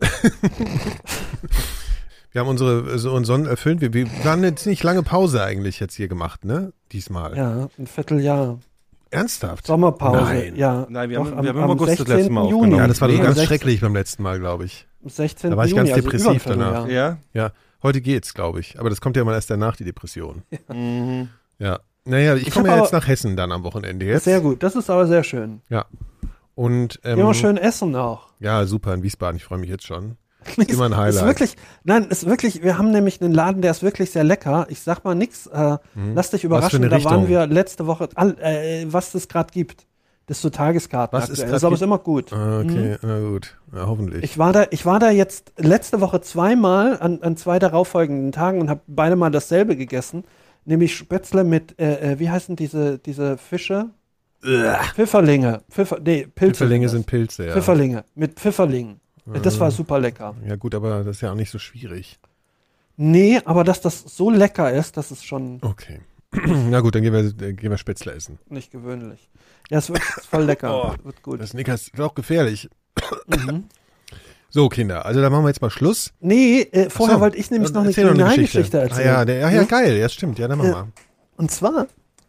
Wir haben unseren erfüllt. Wir haben eine ziemlich lange Pause eigentlich jetzt hier gemacht, ne? Diesmal. Ja, ein Vierteljahr. Ernsthaft? Sommerpause. Nein. Ja, Nein, wir doch, haben im August das letzte Mal Juni. aufgenommen. Ja, das war Nee, doch ganz 16. schrecklich beim letzten Mal, glaube ich. Am 16. Da war ich Juni, ganz also depressiv über ein Vierteljahr. danach. Ja? Ja, heute geht's, glaube ich. Aber das kommt ja mal erst danach, die Depression. Mhm. Ja. Naja, ich Ich komme hab ja jetzt aber- nach Hessen dann am Wochenende jetzt. Sehr gut, das ist aber sehr schön. Ja. Und Immer schön essen auch. ja, super in Wiesbaden, ich freue mich jetzt schon. Immer ein Highlight. Ist wirklich, wir haben nämlich einen Laden, der ist wirklich sehr lecker. Ich sag mal nix, lass dich überraschen, eine da waren Richtung? wir letzte Woche, was es gerade gibt. Das ist so Tageskarten Was es aktuell. grad Das ist aber gibt? immer gut. Ah, okay, na gut. Ja, hoffentlich. Ich war da jetzt letzte Woche zweimal an zwei darauffolgenden Tagen und habe beide mal dasselbe gegessen, nämlich Spätzle mit, wie heißen diese Fische? Pfifferlinge. Pilze. Pfifferlinge das. sind Pilze, ja. Pfifferlinge, mit Pfifferlingen. Das war super lecker. Ja gut, aber das ist ja auch nicht so schwierig. Nee, aber dass das so lecker ist, das ist schon Okay. Na gut, dann gehen wir Spätzle essen. nicht gewöhnlich. Ja, es wird voll lecker. Wird gut. Das Snickers ist auch gefährlich. Mhm. So, Kinder, also dann machen wir jetzt mal Schluss. Nee, vorher Ach so, wollte ich nämlich noch eine erzähl Kriminalgeschichte Ah, erzählen. ja, geil, ja, stimmt. Ja, dann mach mal. Und zwar,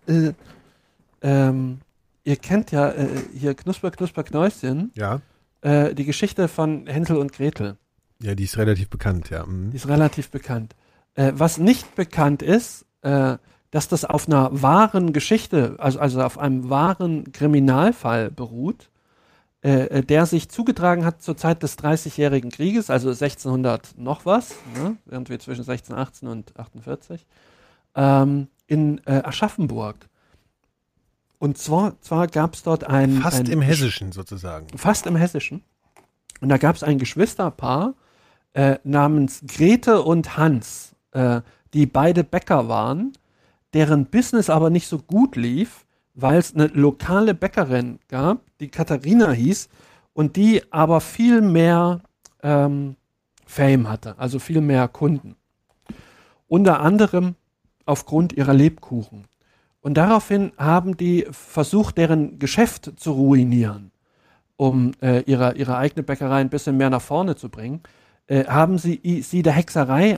ihr kennt ja hier Knusper, Knusper, Knäuschen, Ja. die Geschichte von Hänsel und Gretel. Ja, die ist relativ bekannt, ja. Mhm. Die ist relativ bekannt. Was nicht bekannt ist, dass das auf einer wahren Geschichte, also auf einem wahren Kriminalfall beruht. der sich zugetragen hat zur Zeit des 30-jährigen Krieges, also 1600 noch was, ne? Irgendwie zwischen 1618 und 48, in Aschaffenburg. Und zwar gab es dort Fast im Hessischen sozusagen. Fast im Hessischen. Und da gab es ein Geschwisterpaar namens Grete und Hans, die beide Bäcker waren, deren Business aber nicht so gut lief, weil es eine lokale Bäckerin gab, die Katharina hieß und die aber viel mehr Fame hatte, also viel mehr Kunden. Unter anderem aufgrund ihrer Lebkuchen. Und daraufhin haben die versucht, deren Geschäft zu ruinieren, um ihre eigene Bäckerei ein bisschen mehr nach vorne zu bringen, haben sie der Hexerei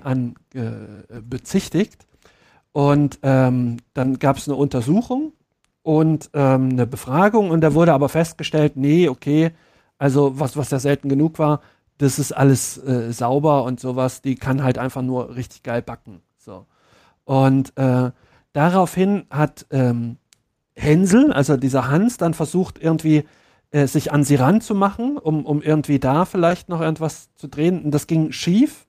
bezichtigt. Und dann gab es eine Untersuchung und eine Befragung und da wurde aber festgestellt, nee, okay, also was ja selten genug war, das ist alles sauber und sowas, die kann halt einfach nur richtig geil backen. So. Und daraufhin hat Hänsel, also dieser Hans, dann versucht irgendwie sich an sie ranzumachen, um irgendwie da vielleicht noch irgendwas zu drehen. Und das ging schief.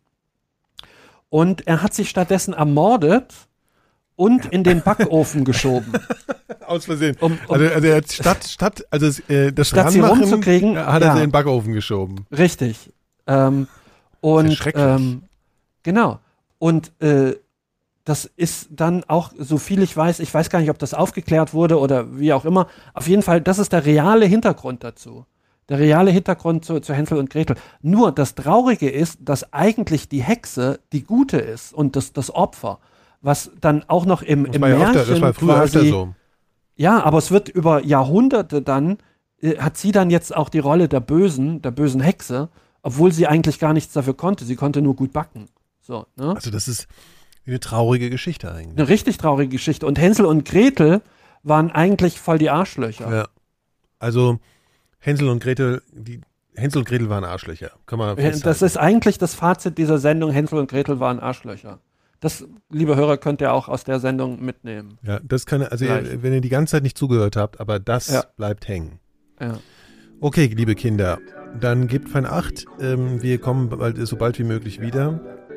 Und er hat sich stattdessen ermordet und in den Backofen geschoben. Aus Versehen. Also er hat statt das statt sie rumzukriegen, hat er sie in den Backofen geschoben. Richtig. Das ist schrecklich. Genau. Und das ist dann auch, so viel ich weiß gar nicht, ob das aufgeklärt wurde oder wie auch immer. Auf jeden Fall, das ist der reale Hintergrund dazu. Der reale Hintergrund zu Hänsel und Gretel. Nur das Traurige ist, dass eigentlich die Hexe die Gute ist und das Opfer. Was dann auch noch im Märchen das war früher quasi, öfter so. Ja, aber es wird über Jahrhunderte dann, hat sie dann jetzt auch die Rolle der bösen Hexe, obwohl sie eigentlich gar nichts dafür konnte. Sie konnte nur gut backen. So, ne? Also das ist eine traurige Geschichte eigentlich. Eine richtig traurige Geschichte. Und Hänsel und Gretel waren eigentlich voll die Arschlöcher. Ja. Also Hänsel und Gretel waren Arschlöcher. Kann man festhalten. Das ist eigentlich das Fazit dieser Sendung. Hänsel und Gretel waren Arschlöcher. Das, liebe Hörer, könnt ihr auch aus der Sendung mitnehmen. Ja, das kann, also wenn ihr die ganze Zeit nicht zugehört habt, aber das bleibt hängen. Ja. Okay, liebe Kinder, dann gebt fein Acht. Wir kommen so bald wie möglich wieder.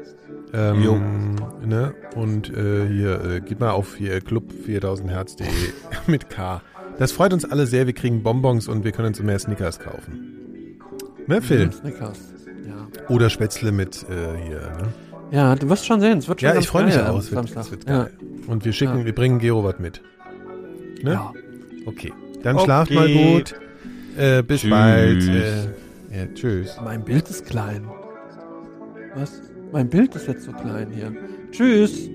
Ne? Und hier, geht mal auf hier club4000herz.de mit K. Das freut uns alle sehr. Wir kriegen Bonbons und wir können uns mehr Snickers kaufen. Ne, Phil? Snickers, ja. Oder Spätzle mit hier, ne? Ja, du wirst schon sehen. Es wird schon ja, ich freue mich auch. Es Samstag. wird geil. Und wir bringen Gero was mit. Ne? Ja. Okay. Dann schlaft mal gut. Bis bald. Tschüss. Mein Bild ist klein. Was? Mein Bild ist jetzt so klein hier. Tschüss.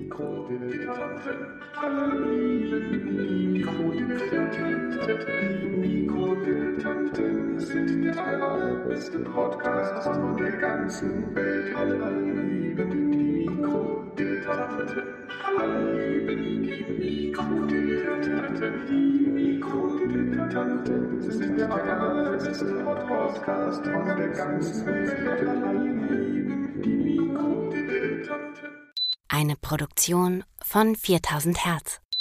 Der allerbeste Podcast von der ganzen Welt. Alle lieben die Mikrodilettanten. Alle lieben die Mikrodilettanten. Die Mikrodilettanten sind der allerbeste Podcast von der ganzen Welt. Alle lieben die Mikrodilettanten. Eine Produktion von 4000 Hertz.